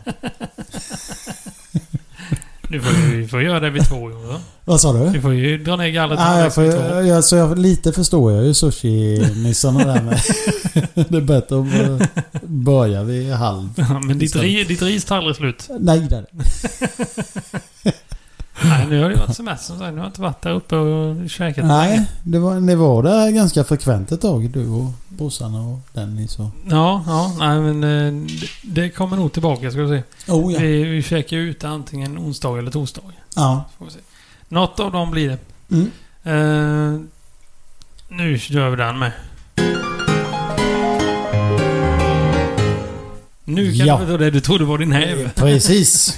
Du får ju får göra det vid två gånger. Vad sa du? Du får ju dra ner gallret Ah, jag får, vid två. jag, så jag, lite förstår jag ju sushi-nissarna där med. Det är bättre att börja vid halv. Ja, men ditt, ri, ditt ris tar aldrig slut. Nej, det är det. Nej, nu har det varit semester som sagt. Nu har jag inte varit där uppe och käkat. Nej, det var, det var där ganska frekvent ett tag. Du och brorsan och Dennis och... Ja, ja. Nej, men eh, det, det kommer nog tillbaka ska vi se. Oh ja. Vi, vi käkar ut antingen onsdag eller torsdag. Ja. Får vi se. Något av dem blir det. Mm. Eh, nu gör vi den med. Nu kan Ja. du få det du trodde var din häv. Precis.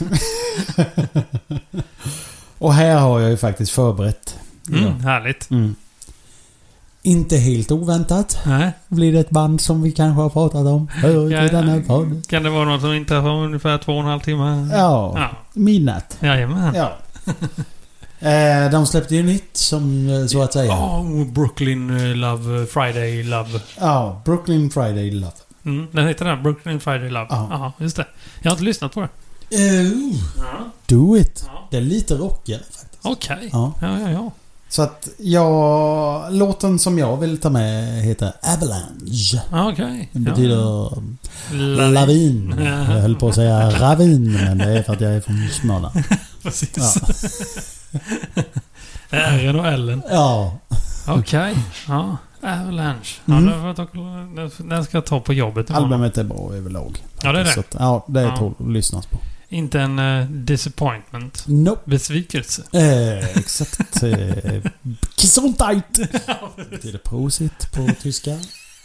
Och här har jag ju faktiskt förberett. Mm, härligt. Mm. Inte helt oväntat Nej. blir det ett band som vi kanske har pratat om förut i den här podden. Kan det vara något som inte har ungefär två och en halv timme? Ja, Ja. midnatt. Jajamän. Ja. eh, de släppte ju nytt som eh, så att säga. Oh, Brooklyn eh, Love, Friday Love. Ja, Brooklyn Friday Love. Mm, den heter den, Brooklyn Friday Love. Ja. Ja, just det. Jag har inte lyssnat på det. Uh, Ja. do it. Ja. Det är lite rockigare faktiskt. Okej. Ja. Ja, ja, ja. Så att jag... Låten som jag vill ta med heter Avalanche. Ja, okej. Det betyder Lavin. lavin. Ja. Jag höll på att säga ravin, men det är för att jag är från Småland. Precis. Ja. R och L. Ja. Okej. Ja. Avalanche. Ja, Mm. den, får jag ta- den ska jag ta på jobbet imorgon. Albumet är bra överlag. Ja, det är det. Så att, ja, det är Ja. tål att lyssnas på. Inte en uh, disappointment. Nope. Besvikelse. Eh, exakt. Eh, Gesundheit. Det betyder prosit på tyska.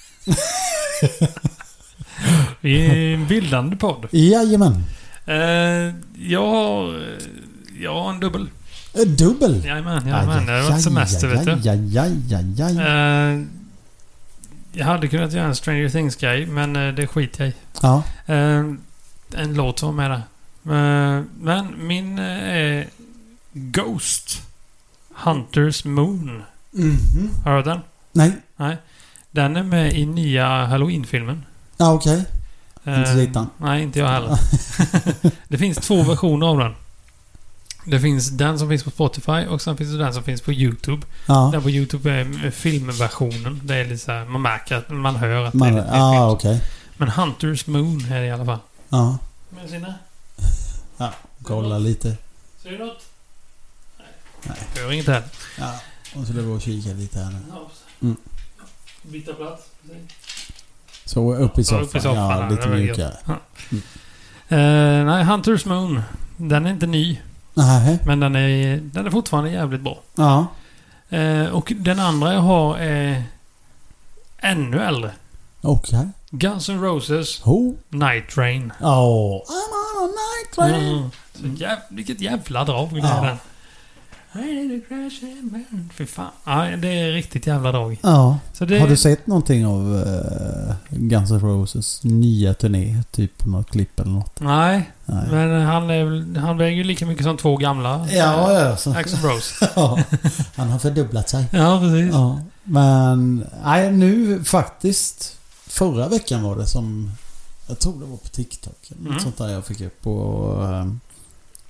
Vi är en bildande podd. Jajamän. Uh, jag har... Jag har en dubbel. Eh, Dubbel. Jajamän, jajamän. Det har varit semester, vet du. Jajajajajaj. Uh, jag hade kunnat göra en Stranger Things-grej, men uh, det skiter jag i. Ja. Uh, en låt som var med där. Uh, men min uh, är Ghost. Hunters Moon. Mhm. Har du hört den? Nej. Nej. Den är med i nya Halloween-filmen. Ja, okej. Uh, Inte sett den. Nej, inte jag heller. Det finns två versioner av den. Det finns den som finns på Spotify och sen finns det den som finns på YouTube. Ja. Den på YouTube är filmversionen. Det är lite så här, man märker att man hör att Man, det är lite ja, film. okej. Men Hunters Moon är det i alla fall. Ja. Men sina? Kolla lite. Ser du något? Nej. Nej. Jag hör inget här. Ja. Och så det går och kika lite här nu. Mm. Byta plats. Precis. Så upp i Så soffan. upp i soffan, Ja, ja, lite det var mjukare. Uh, nej, Hunters Moon. Den är inte ny. Nej. Men den är, den är fortfarande jävligt bra. Ja. Uh, och den andra jag har är ännu äldre. Okej. Guns N' Roses Oh. Night Train. Oh. I'm on a night train. Mm. Så jäv, vilket jävla drag det Ja. är den. Ready to crash and burn. Fy fan. Ja, det är riktigt jävla drag. Ja. Så det, Har du sett någonting av uh, Guns N' Roses nya turné? Typ på något klipp eller något? Nej, Nej. men han, är, väl- han väger ju lika mycket som två gamla. Ja, ja. Så. Axl Rose. Ja. Han har fördubblat sig. Ja, precis. Ja. Men nej, nu faktiskt. Förra veckan var det som... Jag tror det var på TikTok. Mm. Något sånt där jag fick upp. Och, um,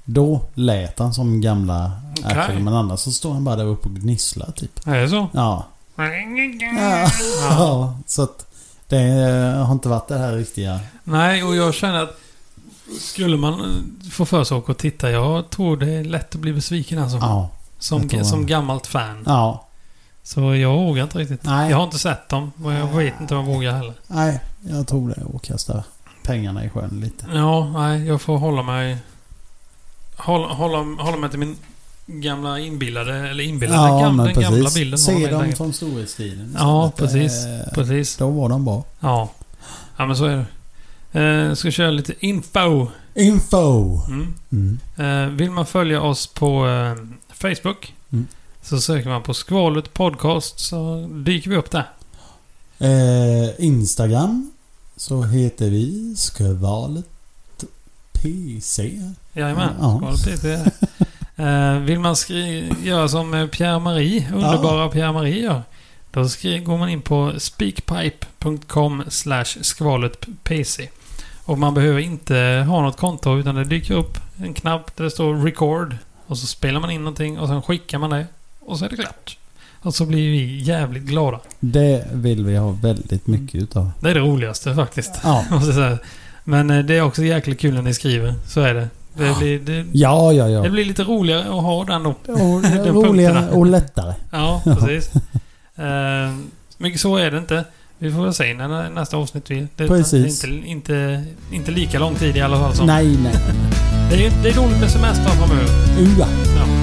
Då lät han som gamla Okej. action, men annars så står han bara där uppe och gnisslar typ. Är det så? Ja. Ja. Ja, ja. Så att det har inte varit det här riktiga. Nej, och jag känner att skulle man eh, få för sig att åka och titta, jag tror det är lätt att bli besviken alltså. Ja. Som, jag tror- som gammalt fan. Ja. Så jag vågar inte riktigt. Nej. Jag har inte sett dem och jag vet inte om jag vågar heller. Nej, jag tror det. Och kasta pengarna i sjön lite. Ja, nej, jag får hålla mig... Hålla, hålla, hålla mig till min gamla inbillade, eller inbillade, Ja, gamla, men den gamla precis. bilden. Se har jag dem helt från storhetstiden. Ja, Så att, precis. eh, Precis. Då var de bra. Ja. Ja, men så är det. Eh, ska köra lite info. Info! Mm. Mm. Eh, vill man följa oss på eh, Facebook Mm. så söker man på Skvalet Podcast så dyker vi upp där. Eh, Instagram så heter vi Skvalet P C. Jajamän. Ja. Skvalet P C. Eh, vill man skri- göra som eh, Pierre-Marie, underbara Pierre-Marie gör, då skri- går man in på speakpipe punkt com slash skvaletpc. Och man behöver inte ha något konto utan det dyker upp en knapp där det står record. Och så spelar man in någonting och sen skickar man det. Och så är det klart. Och så blir vi jävligt glada. Det vill vi ha väldigt mycket utav. Det är det roligaste faktiskt. Ja. Måste jag säga. Men eh, det är också jäkligt kul när ni skriver. Så är det. Det blir, det, Ja, ja, ja. det blir lite roligare att ha den då. Och, Den roligare punkterna. och lättare. Ja, precis. uh, mycket så är det inte. Vi får väl se när nästa avsnitt blir. Det, Precis. det är inte, inte, inte lika lång tid i alla fall som. Nej, nej. Det är, det är roligt med semester framöver. Ua. Ja.